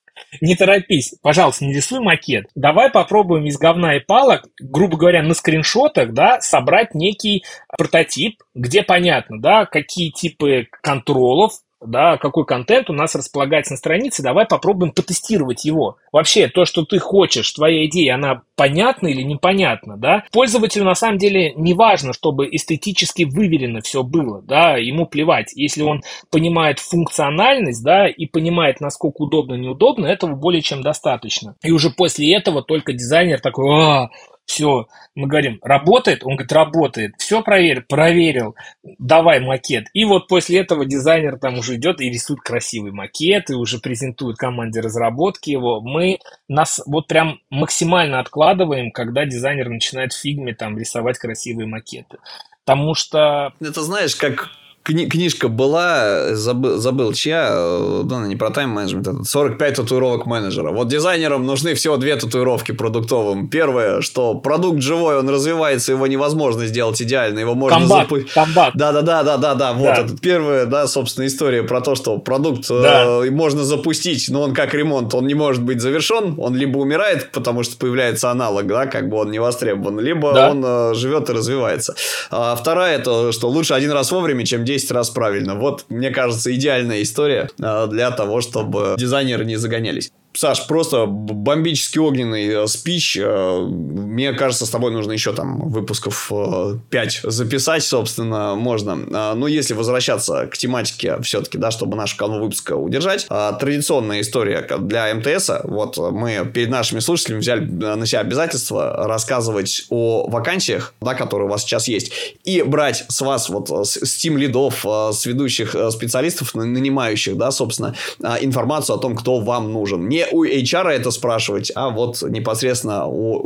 Не торопись, пожалуйста, не рисуй макет. Давай попробуем из говна и палок, грубо говоря, на скриншотах, да, собрать некий прототип, где понятно, да, какие типы контролов да, какой контент у нас располагается на странице, давай попробуем потестировать его. Вообще, то, что ты хочешь, твоя идея, она понятна или непонятна, да? Пользователю на самом деле не важно, чтобы эстетически выверено все было, да, ему плевать. Если он понимает функциональность, да, и понимает, насколько удобно, неудобно, этого более чем достаточно. И уже после этого только дизайнер такой: все, мы говорим, работает? Он говорит, работает. Все проверил, давай макет. И вот после этого дизайнер там уже идет и рисует красивый макет, и уже презентует команде разработки его. Мы нас вот прям максимально откладываем, когда дизайнер начинает в фигме там рисовать красивые макеты. Потому что... Это знаешь, как... Книжка была, забыл чья, да, не про тайм-менеджмент, 45 татуировок менеджера. Вот дизайнерам нужны всего 2 татуировки продуктовым. Первое, что продукт живой, он развивается, его невозможно сделать идеально, его можно запустить. Да, вот это первая, да, собственно, история про то, что продукт можно запустить, но он как ремонт, он не может быть завершен, он либо умирает, потому что появляется аналог, да, как бы он не востребован, либо он живет и развивается. А вторая, это что лучше один раз вовремя, чем 10 раз правильно. Вот, мне кажется, идеальная история для того, чтобы дизайнеры не загонялись. Саш, просто бомбически огненный спич. Мне кажется, с тобой нужно еще там выпусков 5 записать, собственно, можно. Но если возвращаться к тематике все-таки, да, чтобы нашу канву выпуска удержать, традиционная история для МТСа. Вот мы перед нашими слушателями взяли на себя обязательство рассказывать о вакансиях, да, которые у вас сейчас есть, и брать с вас вот с тим-лидов, с ведущих специалистов, нанимающих, да, собственно, информацию о том, кто вам нужен. Не у HR это спрашивать, а вот непосредственно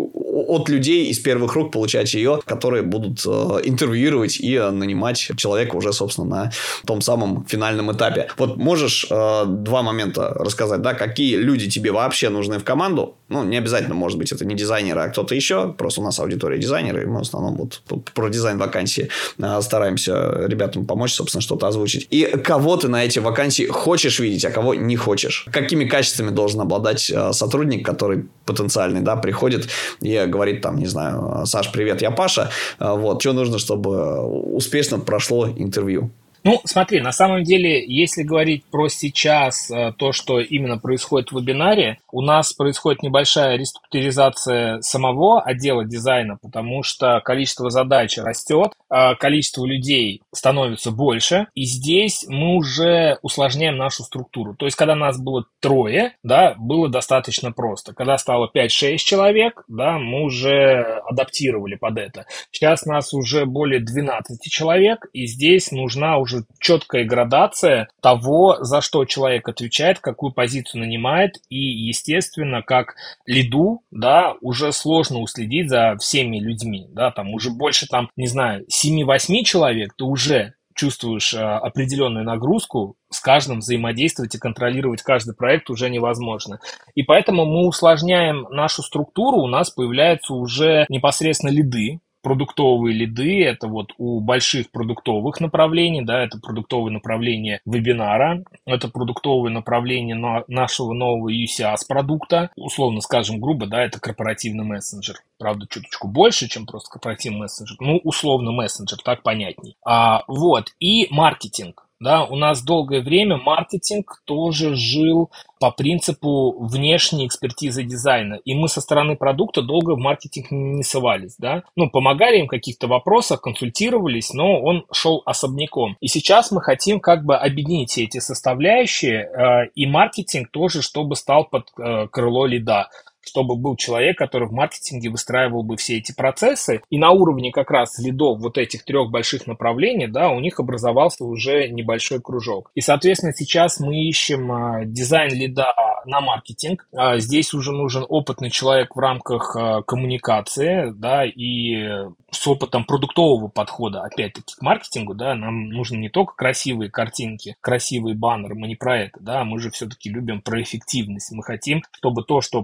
от людей из первых рук получать ее, которые будут интервьюировать и нанимать человека уже, собственно, на том самом финальном этапе. Вот можешь 2 момента рассказать, да, какие люди тебе вообще нужны в команду? Ну, не обязательно, может быть, это не дизайнеры, а кто-то еще. Просто у нас аудитория дизайнеры, и мы в основном вот про дизайн вакансии стараемся ребятам помочь, собственно, что-то озвучить. И кого ты на эти вакансии хочешь видеть, а кого не хочешь? Какими качествами должен обладать сотрудник, который потенциальный, да, приходит и говорит там, не знаю, Саш, привет, я Паша. Вот, что нужно, чтобы успешно прошло интервью? Ну, смотри, на самом деле, если говорить про сейчас, то, что именно происходит в вебинаре, у нас происходит небольшая реструктуризация самого отдела дизайна, потому что количество задач растет, количество людей становится больше, и здесь мы уже усложняем нашу структуру. То есть, когда нас было 3, да, было достаточно просто. Когда стало 5-6 человек, да, мы уже адаптировали под это. Сейчас нас уже более 12 человек, и здесь нужна уже четкая градация того, за что человек отвечает, какую позицию нанимает, и, естественно, как лиду, да, уже сложно уследить за всеми людьми, да, там уже больше, там, не знаю, 7-8 человек, ты уже чувствуешь определенную нагрузку, с каждым взаимодействовать и контролировать каждый проект уже невозможно. И поэтому мы усложняем нашу структуру, у нас появляются уже непосредственно лиды, продуктовые лиды, это вот у больших продуктовых направлений, да, это продуктовые направления вебинара, это продуктовые направления нашего нового UCAS продукта, условно скажем грубо, да, это корпоративный мессенджер, правда, чуточку больше, чем просто корпоративный мессенджер, ну, условно мессенджер, так понятней. Вот, и маркетинг. Да, у нас долгое время маркетинг тоже жил по принципу внешней экспертизы дизайна. И мы со стороны продукта долго в маркетинг не совались. Да? Ну, помогали им в каких-то вопросах, консультировались, но он шел особняком. И сейчас мы хотим как бы объединить все эти составляющие, и маркетинг тоже, чтобы стал под крыло лида. Чтобы был человек, который в маркетинге выстраивал бы все эти процессы. И на уровне как раз лидов вот этих 3 больших направлений, да, у них образовался уже небольшой кружок. И, соответственно, сейчас мы ищем дизайн лида на маркетинг. Здесь уже нужен опытный человек в рамках коммуникации, да, и с опытом продуктового подхода, опять-таки, к маркетингу, да, нам нужны не только красивые картинки, красивые баннеры, мы не про это, да, мы же все-таки любим про эффективность. Мы хотим, чтобы то, что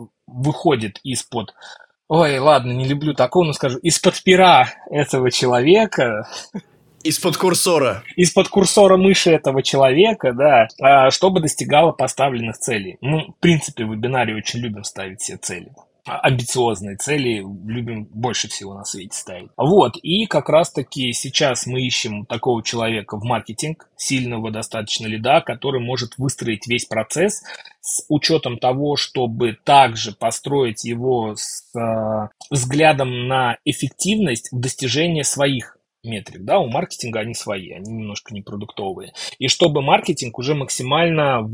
выходит из-под... Ой, ладно, не люблю такого, но скажу, из-под пера этого человека... Из-под курсора. Из-под курсора мыши этого человека, да, чтобы достигало поставленных целей. Мы, в принципе, в вебинаре очень любим ставить все цели. амбициозные цели любим больше всего на свете ставить. Вот, и как раз-таки сейчас мы ищем такого человека в маркетинг, сильного достаточно лида, который может выстроить весь процесс с учетом того, чтобы также построить его с взглядом на эффективность в достижении своих метрик, да, у маркетинга они свои, они немножко не продуктовые. И чтобы маркетинг уже максимально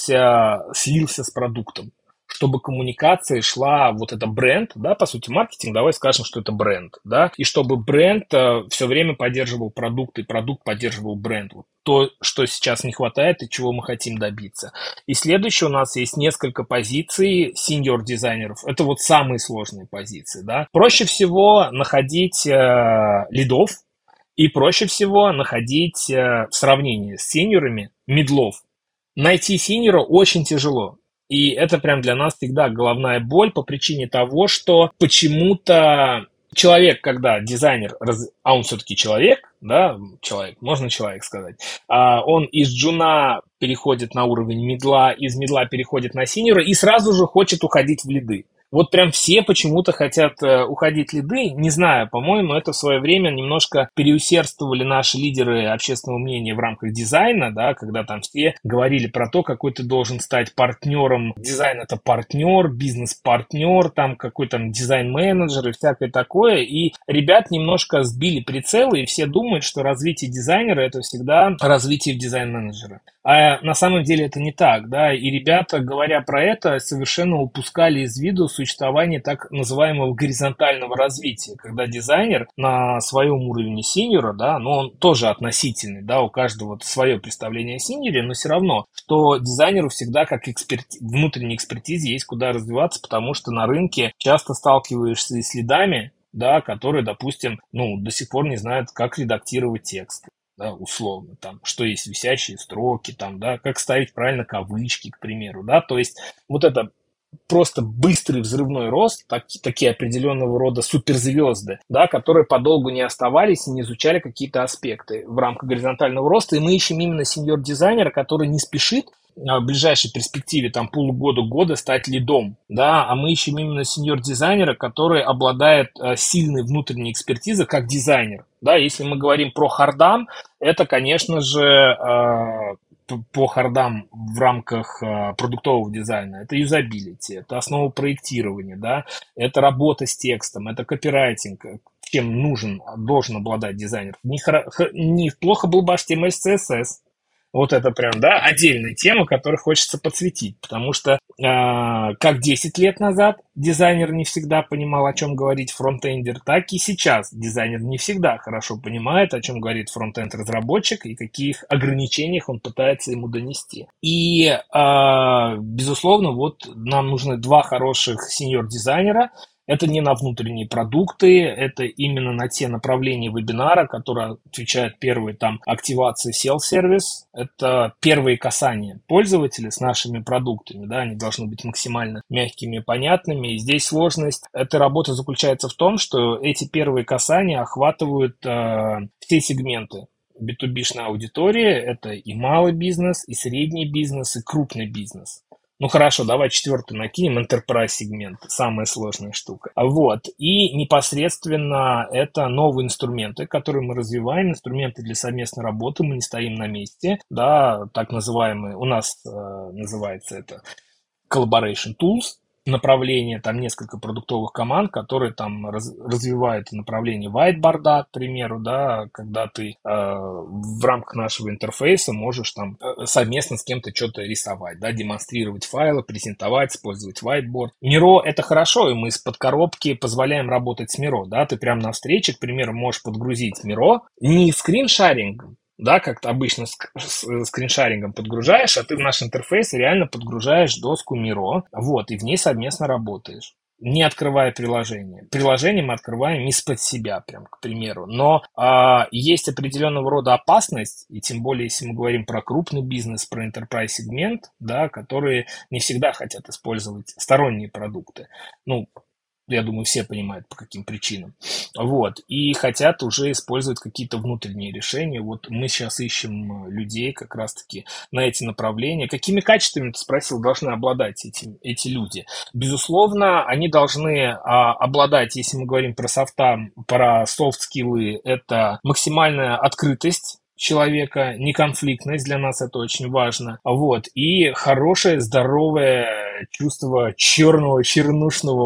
слился с продуктом, чтобы коммуникация шла, вот это бренд, да, по сути, маркетинг, давай скажем, что это бренд, да, и чтобы бренд все время поддерживал продукт, и продукт поддерживал бренд. Вот то, что сейчас не хватает и чего мы хотим добиться. И следующее, у нас есть несколько позиций сеньор-дизайнеров. Это вот самые сложные позиции, да. Проще всего находить лидов, и проще всего находить в сравнении с сеньорами мидлов. Найти сеньора очень тяжело. И это прям для нас всегда головная боль по причине того, что почему-то человек, когда дизайнер, а он все-таки человек, да, человек, можно человек сказать, он из джуна переходит на уровень мидла, из мидла переходит на синьора и сразу же хочет уходить в лиды. Вот прям все почему-то хотят уходить в лиды, не знаю, по-моему, это в свое время немножко переусердствовали наши лидеры общественного мнения в рамках дизайна, да, когда там все говорили про то, какой ты должен стать партнером. Дизайн — это партнер, бизнес-партнер, там какой там дизайн-менеджер и всякое такое. И ребят немножко сбили прицелы, и все думают, что развитие дизайнера — это всегда развитие дизайн-менеджера. А на самом деле это не так, да, и ребята, говоря про это, совершенно упускали из виду существование так называемого горизонтального развития, когда дизайнер на своем уровне синьора, да, но он тоже относительный, да, у каждого свое представление о синьоре, но все равно, что дизайнеру всегда как внутренней экспертизе есть куда развиваться, потому что на рынке часто сталкиваешься с лидами, да, которые, допустим, до сих пор не знают, как редактировать текст. Да, условно, там, что есть висящие строки, там, да, как ставить правильно кавычки, к примеру, да, то есть вот это просто быстрый взрывной рост, такие определенного рода суперзвезды, да, которые подолгу не оставались и не изучали какие-то аспекты в рамках горизонтального роста, и мы ищем именно сеньор-дизайнера, который не спешит в ближайшей перспективе, там, полугода-года стать лидом, да, а мы ищем именно сеньор-дизайнера, который обладает сильной внутренней экспертизой как дизайнер, да, если мы говорим про хардам, это, конечно же, по хардам в рамках продуктового дизайна, это юзабилити, это основа проектирования, да, это работа с текстом, это копирайтинг, чем должен обладать дизайнер. Неплохо был бы HTML, CSS. Вот это прям, да, отдельная тема, которую хочется подсветить, потому что как 10 лет назад дизайнер не всегда понимал, о чем говорит фронтендер, так и сейчас дизайнер не всегда хорошо понимает, о чем говорит фронтенд-разработчик и каких ограничениях он пытается ему донести. И, безусловно, вот нам нужны два хороших сеньор-дизайнера. Это не на внутренние продукты, это именно на те направления вебинара, которые отвечают первые там активации self-сервис, это первые касания пользователя с нашими продуктами, да, они должны быть максимально мягкими и понятными. И здесь сложность этой работы заключается в том, что эти первые касания охватывают все сегменты B2B-шной аудитории, это и малый бизнес, и средний бизнес, и крупный бизнес. Ну хорошо, давай четвертый накинем, enterprise сегмент, самая сложная штука. Вот, и непосредственно это новые инструменты, которые мы развиваем, инструменты для совместной работы, мы не стоим на месте, да, так называемые, у нас называется это collaboration tools, направление, там несколько продуктовых команд, которые там развивают направление whiteboard, к примеру, да, когда ты в рамках нашего интерфейса можешь там совместно с кем-то что-то рисовать, да, демонстрировать файлы, презентовать, использовать whiteboard. Миро — это хорошо, и мы из-под коробки позволяем работать с Миро, да, ты прямо на встрече, к примеру, можешь подгрузить Миро не скриншарингом, да, как ты обычно скриншарингом подгружаешь, а ты в наш интерфейс реально подгружаешь доску Миро, вот, и в ней совместно работаешь, не открывая приложение. Приложение мы открываем из-под себя, прям, к примеру. Но есть определенного рода опасность, и тем более, если мы говорим про крупный бизнес, про enterprise сегмент, да, которые не всегда хотят использовать сторонние продукты. Ну, Я думаю, все понимают, по каким причинам. Вот. И хотят уже использовать какие-то внутренние решения. Вот мы сейчас ищем людей как раз-таки на эти направления. Какими качествами, ты спросил, должны обладать эти люди? Безусловно, они должны обладать, если мы говорим про софта, про софт-скиллы, это максимальная открытость человека, неконфликтность, для нас это очень важно, вот, и хорошее, здоровое чувство чернушного,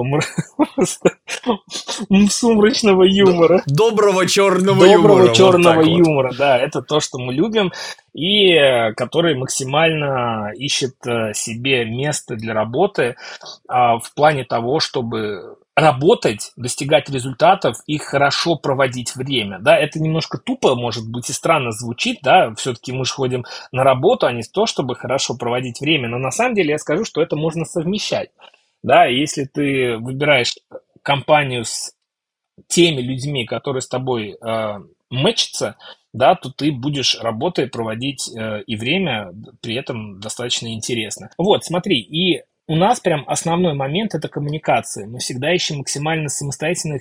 сумрачного юмора. Доброго черного юмора. Доброго черного юмора, да, это то, что мы любим, и который максимально ищет себе место для работы в плане того, чтобы работать, достигать результатов и хорошо проводить время, да, это немножко тупо, может быть, и странно звучит, да, все-таки мы же ходим на работу, а не то, чтобы хорошо проводить время, но на самом деле я скажу, что это можно совмещать, да, если ты выбираешь компанию с теми людьми, которые с тобой мэчатся, да, то ты будешь работая проводить и время, при этом достаточно интересно. Вот, смотри, и у нас прям основной момент – это коммуникация. Мы всегда ищем максимально самостоятельных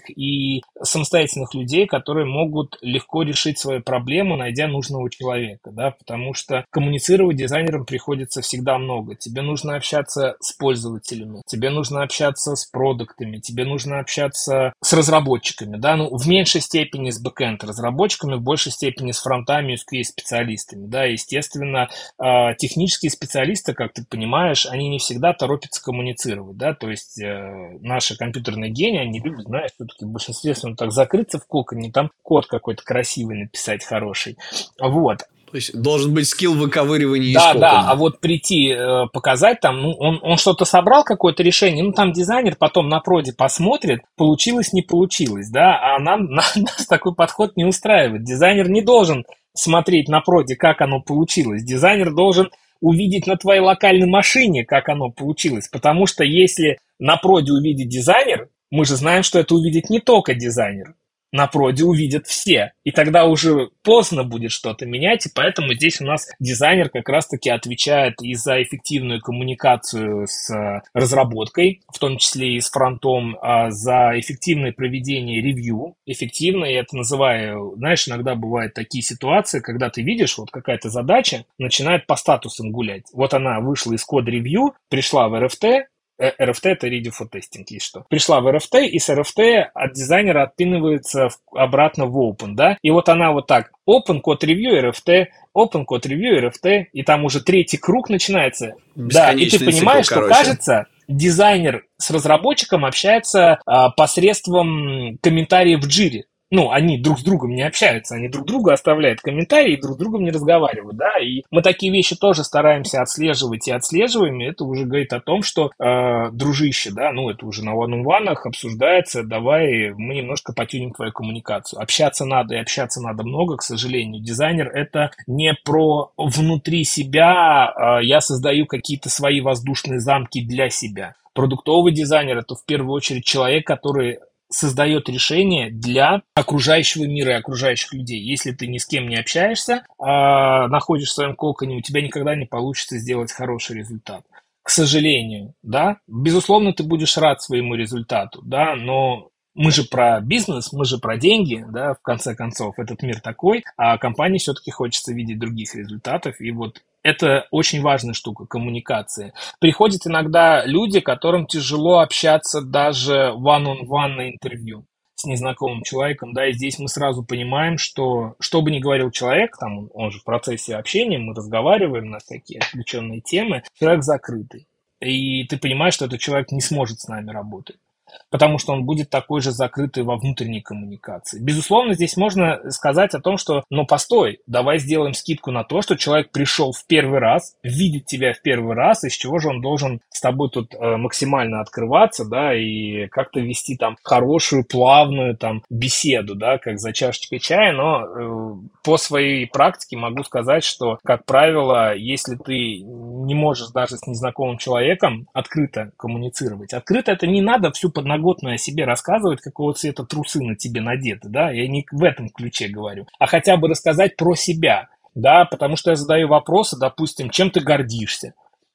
людей, которые могут легко решить свою проблему, найдя нужного человека, да, потому что коммуницировать дизайнерам приходится всегда много. Тебе нужно общаться с пользователями, тебе нужно общаться с продуктами, тебе нужно общаться с разработчиками, да, ну, в меньшей степени с бэкэнд разработчиками, в большей степени с фронтами и SQL-специалистами, да, естественно, технические специалисты, как ты понимаешь, они не всегда торопятся коммуницировать, да, то есть наши компьютерные гении, они любят, знаешь, все-таки в большинстве своем так закрыться в коконе, там код какой-то красивый написать хороший, вот. То есть должен быть скилл выковыривания из кокона. Да, да, а вот прийти, показать там, ну, он что-то собрал, какое-то решение, ну, там дизайнер потом на проде посмотрит, получилось, не получилось, да, а нас такой подход не устраивает. Дизайнер не должен смотреть на проде, как оно получилось, дизайнер должен увидеть на твоей локальной машине, как оно получилось. Потому что если на проде увидит дизайнер, мы же знаем, что это увидит не только дизайнер. На проде увидят все. И тогда уже поздно будет что-то менять. И поэтому здесь у нас дизайнер как раз-таки отвечает и за эффективную коммуникацию с разработкой, в том числе и с фронтом, за эффективное проведение ревью. Эффективно, я это называю, знаешь, иногда бывают такие ситуации, когда ты видишь, вот какая-то задача начинает по статусам гулять. Вот она вышла из код-ревью, пришла в RFT, RFT – это Ready for Testing, есть что. Пришла в RFT, и с RFT от дизайнера отпинывается обратно в Open, да? И вот она вот так, Open, код ревью, RFT, Open, код ревью, RFT, и там уже третий круг начинается. Да, и ты понимаешь, что, кажется, дизайнер с разработчиком общается посредством комментариев в джире. Ну, они друг с другом не общаются, они друг другу оставляют комментарии и друг с другом не разговаривают, да, и мы такие вещи тоже стараемся отслеживать и отслеживаем, и это уже говорит о том, что, дружище, да, ну, это уже на one-on-one обсуждается, давай мы немножко потюним твою коммуникацию. Общаться надо, и общаться надо много, к сожалению. Дизайнер – это не про внутри себя, я создаю какие-то свои воздушные замки для себя. Продуктовый дизайнер – это в первую очередь человек, который создает решение для окружающего мира и окружающих людей. Если ты ни с кем не общаешься, находишься в своем коконе, у тебя никогда не получится сделать хороший результат. К сожалению, да, безусловно, ты будешь рад своему результату, да, но мы же про бизнес, мы же про деньги, да, в конце концов, этот мир такой, а компании все-таки хочется видеть других результатов, и вот это очень важная штука, коммуникация. Приходят иногда люди, которым тяжело общаться даже one-on-one на интервью с незнакомым человеком, да, и здесь мы сразу понимаем, что бы ни говорил человек, там, он же в процессе общения, мы разговариваем на всякие отвлеченные темы, человек закрытый. И ты понимаешь, что этот человек не сможет с нами работать, потому что он будет такой же закрытый во внутренней коммуникации. Безусловно, здесь можно сказать о том, что, ну, постой, давай сделаем скидку на то, что человек пришел в первый раз, видит тебя в первый раз, из чего же он должен с тобой тут максимально открываться, да, и как-то вести там хорошую, плавную там беседу, да, как за чашечкой чая, но по своей практике могу сказать, что, как правило, если ты не можешь даже с незнакомым человеком открыто коммуницировать, открыто это не надо всю подноготную о себе рассказывать, какого цвета трусы на тебе надеты, да, я не в этом ключе говорю, а хотя бы рассказать про себя, да, потому что я задаю вопросы, допустим, чем ты гордишься,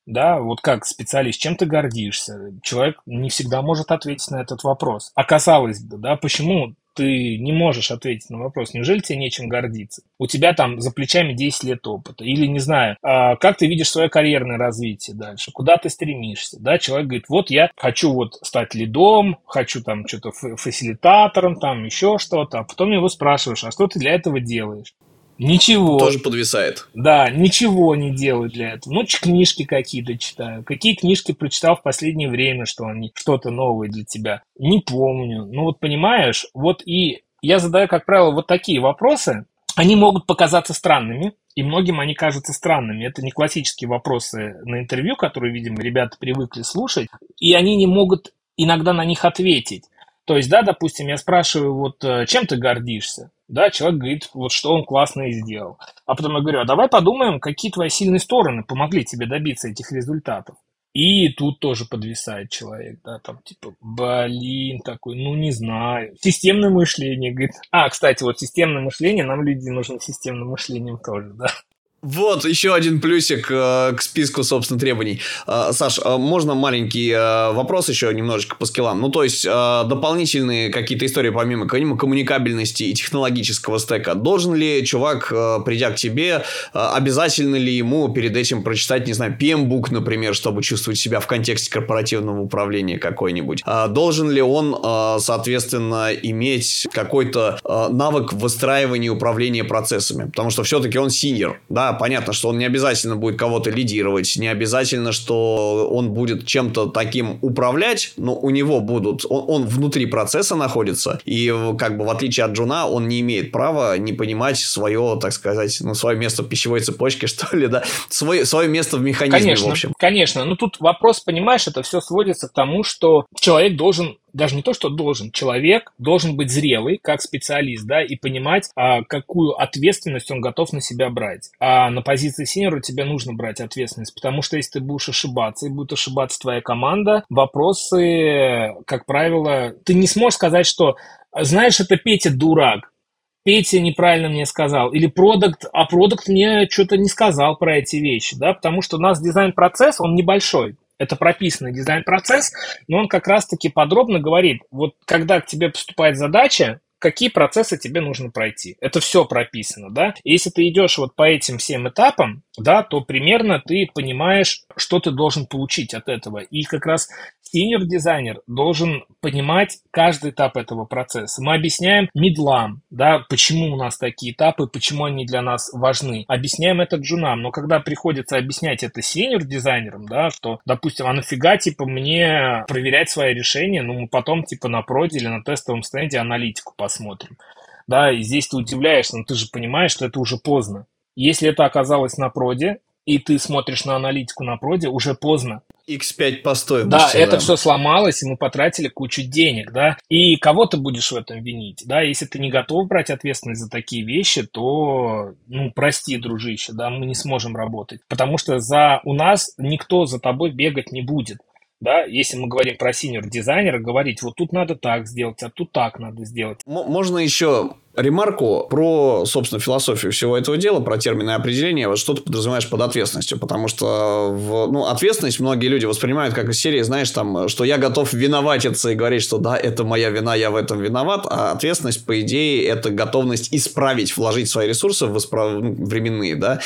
да, вот как специалист, чем ты гордишься? Человек не всегда может ответить на этот вопрос. А казалось бы, да, почему ты не можешь ответить на вопрос, неужели тебе нечем гордиться? У тебя там за плечами 10 лет опыта. Или, не знаю, как ты видишь свое карьерное развитие дальше? Куда ты стремишься? Да, человек говорит, вот я хочу вот стать лидом, хочу там что-то фасилитатором, там еще что-то. А потом его спрашиваешь, а что ты для этого делаешь? Ничего. Тоже подвисает. Да, ничего не делаю для этого. Ну, книжки какие-то читаю. Какие книжки прочитал в последнее время, что они что-то новое для тебя? Не помню. Ну, вот понимаешь, вот и я задаю, как правило, вот такие вопросы. Они могут показаться странными, и многим они кажутся странными. Это не классические вопросы на интервью, которые, видимо, ребята привыкли слушать, и они не могут иногда на них ответить. То есть, да, допустим, я спрашиваю, вот чем ты гордишься? Да, человек говорит, вот что он классно и сделал. А потом я говорю, а давай подумаем, какие твои сильные стороны помогли тебе добиться этих результатов. И тут тоже подвисает человек, да, там типа, блин, такой, ну не знаю. Системное мышление, говорит. Кстати, вот системное мышление, нам люди нужны системным мышлением тоже, да. Вот, еще один плюсик к списку, собственно, требований. Саш, можно маленький вопрос еще немножечко по скиллам? Ну, то есть, дополнительные какие-то истории помимо коммуникабельности и технологического стека. Должен ли чувак, придя к тебе, обязательно ли ему перед этим прочитать, не знаю, PM-бук, например, чтобы чувствовать себя в контексте корпоративного управления какой-нибудь? Должен ли он, соответственно, иметь какой-то навык выстраивания и управления процессами? Потому что все-таки он синьор, да? Понятно, что он не обязательно будет кого-то лидировать, не обязательно, что он будет чем-то таким управлять, но у него будут... Он внутри процесса находится, и как бы в отличие от джуна, он не имеет права не понимать свое, так сказать, ну, свое место в пищевой цепочке, что ли, да? Свое место в механизме, конечно, в общем. Конечно, но тут вопрос, понимаешь, это все сводится к тому, что человек должен... Даже не то, что должен, человек должен быть зрелый, как специалист, да, и понимать, какую ответственность он готов на себя брать. А на позиции синьора тебе нужно брать ответственность, потому что если ты будешь ошибаться, и будет ошибаться твоя команда, вопросы, как правило, ты не сможешь сказать, что, знаешь, это Петя дурак, Петя неправильно мне сказал, или продукт мне что-то не сказал про эти вещи, да, потому что у нас дизайн-процесс, он небольшой. Это прописанный дизайн-процесс, но он как раз-таки подробно говорит, вот когда к тебе поступает задача, какие процессы тебе нужно пройти. Это все прописано, да. И если ты идешь вот по этим всем этапам, да, то примерно ты понимаешь, что ты должен получить от этого. И как раз синьор-дизайнер должен понимать каждый этап этого процесса. Мы объясняем мидлам, да, почему у нас такие этапы, почему они для нас важны. Объясняем это джунам, но когда приходится объяснять это синьор-дизайнерам, да, что, допустим, а нафига, типа, мне проверять свои решения, ну, мы потом, типа, на проде или на тестовом стенде аналитику посмотрим. Да, и здесь ты удивляешься, но ты же понимаешь, что это уже поздно. Если это оказалось на проде, и ты смотришь на аналитику на проде, уже поздно. X5 по стоимости. Да, это все сломалось, и мы потратили кучу денег, да. И кого ты будешь в этом винить, да? Если ты не готов брать ответственность за такие вещи, то, ну, прости, дружище, да, мы не сможем работать. Потому что у нас никто за тобой бегать не будет. Да, если мы говорим про синьор-дизайнера, говорить, вот тут надо так сделать, а тут так надо сделать. Можно еще ремарку про, собственно, философию всего этого дела, про термины и определения, вот что ты подразумеваешь под ответственностью, потому что ответственность многие люди воспринимают как из серии, знаешь, там, что я готов виноватиться и говорить, что да, это моя вина, я в этом виноват, а ответственность, по идее, это готовность исправить, вложить свои ресурсы временные, да,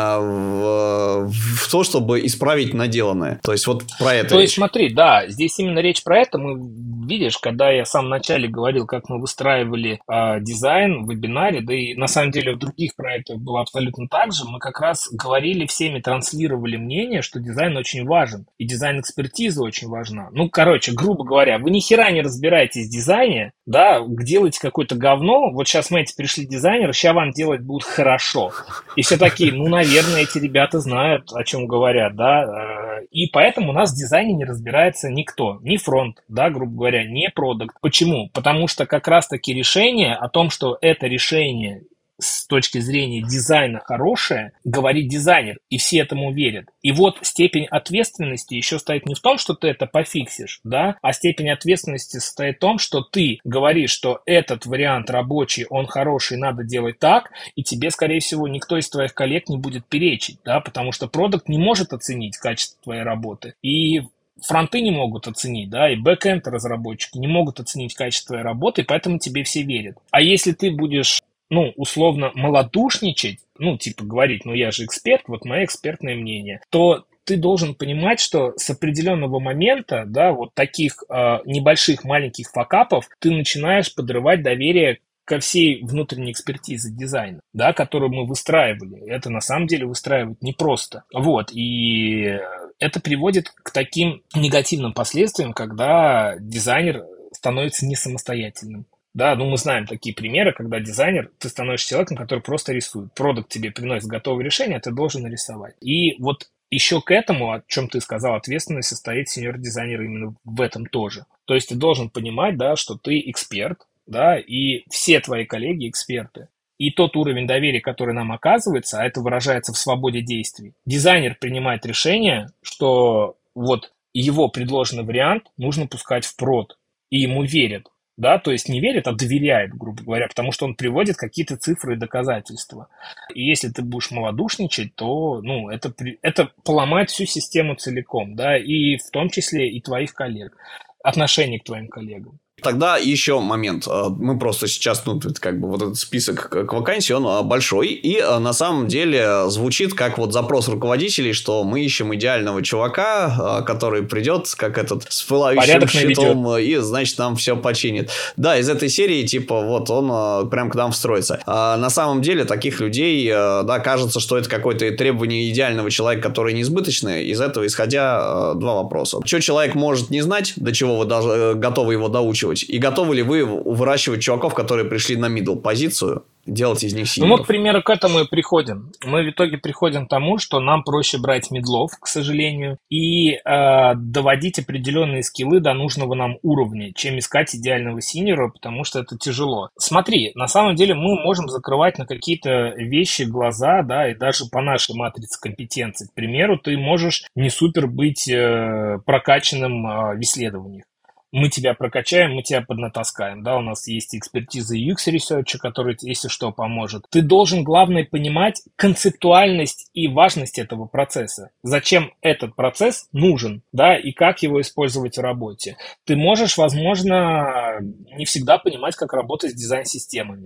в то, чтобы исправить наделанное. То есть, вот про это. То есть, смотри, да, здесь именно речь про это. Мы, видишь, когда я в самом начале говорил, как мы выстраивали дизайн в вебинаре, да и на самом деле в других проектах было абсолютно так же, мы как раз говорили всеми, транслировали мнение, что дизайн очень важен, и дизайн-экспертиза очень важна. Ну, короче, грубо говоря, вы ни хера не разбираетесь в дизайне, да, делаете какое-то говно, вот сейчас мы пришли дизайнеры, сейчас вам делать будут хорошо. И все такие, ну, наверное, эти ребята знают, о чем говорят, да, и поэтому у нас в дизайне не разбирается никто, ни фронт, да, грубо говоря, ни продакт. Почему? Потому что как раз-таки решение о том, что это решение с точки зрения дизайна хорошее, говорит дизайнер, и все этому верят. И вот степень ответственности еще стоит не в том, что ты это пофиксишь, да, а степень ответственности состоит в том, что ты говоришь, что этот вариант рабочий, он хороший, надо делать так, и тебе, скорее всего, никто из твоих коллег не будет перечить, да, потому что продакт не может оценить качество твоей работы, и фронты не могут оценить, да, и бэкэнд разработчики не могут оценить качество твоей работы, и поэтому тебе все верят. А если ты будешь, условно малодушничать, типа говорить, я же эксперт, вот мое экспертное мнение, то ты должен понимать, что с определенного момента, да, вот таких небольших маленьких факапов ты начинаешь подрывать доверие ко всей внутренней экспертизе дизайна, да, которую мы выстраивали. Это на самом деле выстраивать непросто. Вот, и это приводит к таким негативным последствиям, когда дизайнер становится не самостоятельным. Да, мы знаем такие примеры, когда дизайнер, ты становишься человеком, который просто рисует. Продакт тебе приносит готовое решение, а ты должен нарисовать. И вот еще к этому, о чем ты сказал, ответственность состоит сеньор-дизайнера именно в этом тоже. То есть ты должен понимать, да, что ты эксперт, да, и все твои коллеги эксперты. И тот уровень доверия, который нам оказывается, а это выражается в свободе действий, дизайнер принимает решение, что вот его предложенный вариант нужно пускать в прод, и ему верят. Да, то есть не верит, а доверяет, грубо говоря, потому что он приводит какие-то цифры и доказательства. И если ты будешь малодушничать, то это поломает всю систему целиком, да, и в том числе и твоих коллег, отношение к твоим коллегам. Тогда еще момент. Мы просто сейчас, вот этот список к вакансии, он большой. И на самом деле звучит как вот запрос руководителей, что мы ищем идеального чувака, который придет, как этот, с пылающим щитом, и, значит, нам все починит. Да, из этой серии, типа, вот он прям к нам встроится. На самом деле таких людей, да, кажется, что это какое-то требование идеального человека, которое неизбыточное. Из этого исходя два вопроса. Что человек может не знать, до чего вы готовы его доучивать? И готовы ли вы выращивать чуваков, которые пришли на middle позицию, делать из них синеров? Мы, к примеру, к этому и приходим. Мы в итоге приходим к тому, что нам проще брать мидлов, к сожалению, и доводить определенные скиллы до нужного нам уровня, чем искать идеального синера, потому что это тяжело. Смотри, на самом деле мы можем закрывать на какие-то вещи глаза, да, и даже по нашей матрице компетенций. К примеру, ты можешь не супер быть прокачанным в исследованиях. Мы тебя прокачаем, мы тебя поднатаскаем, да, у нас есть экспертиза UX-ресерча, который, если что, поможет. Ты должен, главное, понимать концептуальность и важность этого процесса. Зачем этот процесс нужен, да, и как его использовать в работе. Ты можешь, возможно, не всегда понимать, как работать с дизайн-системами.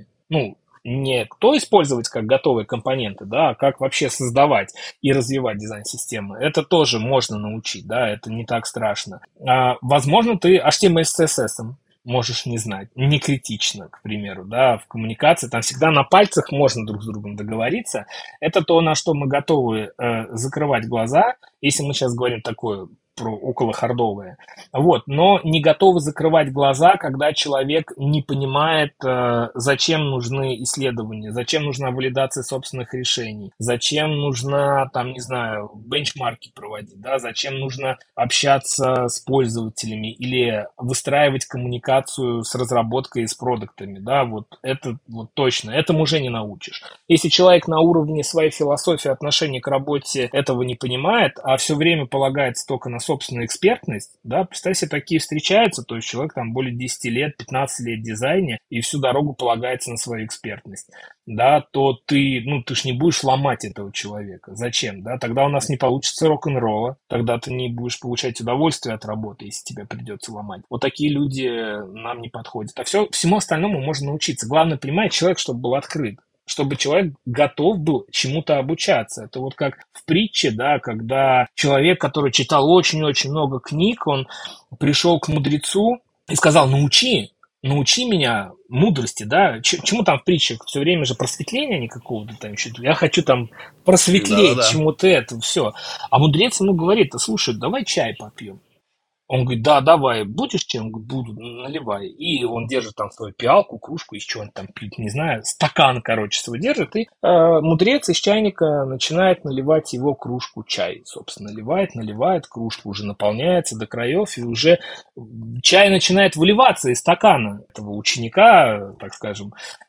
Не кто использовать как готовые компоненты, да, а как вообще создавать и развивать дизайн-системы. Это тоже можно научить, да, это не так страшно. Возможно, ты HTML с CSS можешь не знать, не критично, к примеру, да, в коммуникации, там всегда на пальцах можно друг с другом договориться. Это то, на что мы готовы закрывать глаза, если мы сейчас говорим такое про околохардовое. Вот, но не готовы закрывать глаза, когда человек не понимает, зачем нужны исследования, зачем нужна валидация собственных решений, зачем нужно, бенчмарки проводить, да, зачем нужно общаться с пользователями или выстраивать коммуникацию с разработкой и с продуктами, да, вот это вот точно, этому уже не научишь. Если человек на уровне своей философии отношения к работе этого не понимает, а все время полагается только на собственную экспертность, да, представь себе, такие встречаются, то есть человек там более 10 лет, 15 лет в дизайне и всю дорогу полагается на свою экспертность, да, то ты ж не будешь ломать этого человека. Зачем, да? Тогда у нас не получится рок-н-ролла, тогда ты не будешь получать удовольствие от работы, если тебе придется ломать. Вот такие люди нам не подходят. А всему остальному можно научиться. Главное, понимать человек, чтобы был открыт, чтобы человек готов был чему-то обучаться. Это вот как в притче, да, когда человек, который читал очень-очень много книг, он пришел к мудрецу и сказал: научи меня мудрости, да, чему там в притчах все время же просветления никакого-то там еще, я хочу там просветлеть чему-то это, все. А мудрец ему говорит: слушай, давай чай попьем. Он говорит: да, давай, будешь чем? Он говорит: буду, наливай. И он держит там свою пиалку, кружку, из чего он там пьет, не знаю, стакан, свой держит, и мудрец из чайника начинает наливать его кружку чай, собственно, наливает, кружка уже наполняется до краев, и уже чай начинает выливаться из стакана этого ученика, так скажем,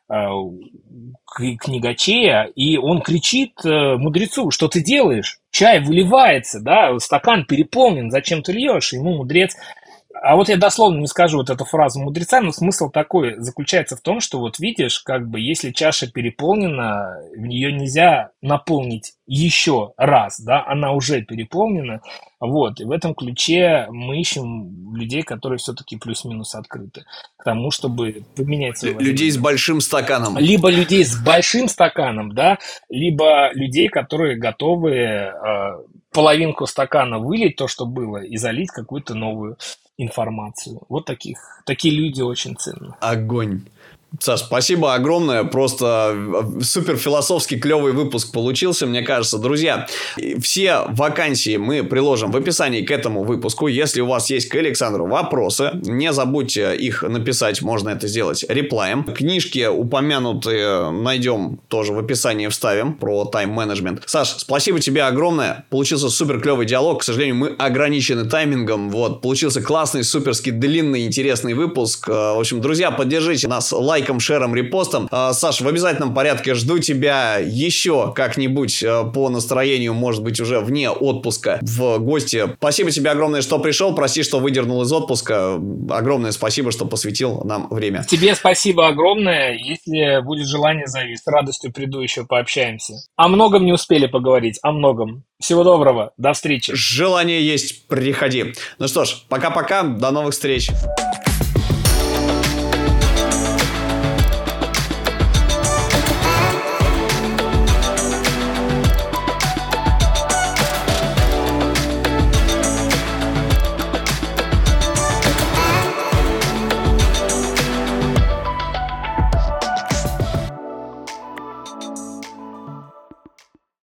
книгачея, и он кричит мудрецу: что ты делаешь? Чай выливается, да, стакан переполнен, зачем ты льешь? Ему мудрец... А вот я дословно не скажу вот эту фразу мудреца, но смысл такой заключается в том, что вот видишь, как бы если чаша переполнена, ее нельзя наполнить еще раз, да, она уже переполнена, вот, и в этом ключе мы ищем людей, которые все-таки плюс-минус открыты к тому, чтобы поменять свою людей с большим стаканом. Либо людей с большим стаканом, да, либо людей, которые готовы половинку стакана вылить, то, что было, и залить какую-то новую информацию. Вот такие люди очень ценны. Огонь. Саш, спасибо огромное. Просто супер философский клевый выпуск получился, мне кажется. Друзья, все вакансии мы приложим в описании к этому выпуску. Если у вас есть к Александру вопросы, не забудьте их написать. Можно это сделать реплаем. Книжки упомянутые найдем тоже в описании, вставим про тайм-менеджмент. Саш, спасибо тебе огромное. Получился супер клевый диалог. К сожалению, мы ограничены таймингом. Вот, получился классный, суперский, длинный, интересный выпуск. В общем, друзья, поддержите нас лайком, шером, репостом. Саш, в обязательном порядке жду тебя еще как-нибудь по настроению, может быть, уже вне отпуска в гости. Спасибо тебе огромное, что пришел. Прости, что выдернул из отпуска. Огромное спасибо, что посвятил нам время. Тебе спасибо огромное. Если будет желание, зови. С радостью приду, еще пообщаемся. О многом не успели поговорить. О многом. Всего доброго. До встречи. Желание есть. Приходи. Ну что ж, пока-пока. До новых встреч.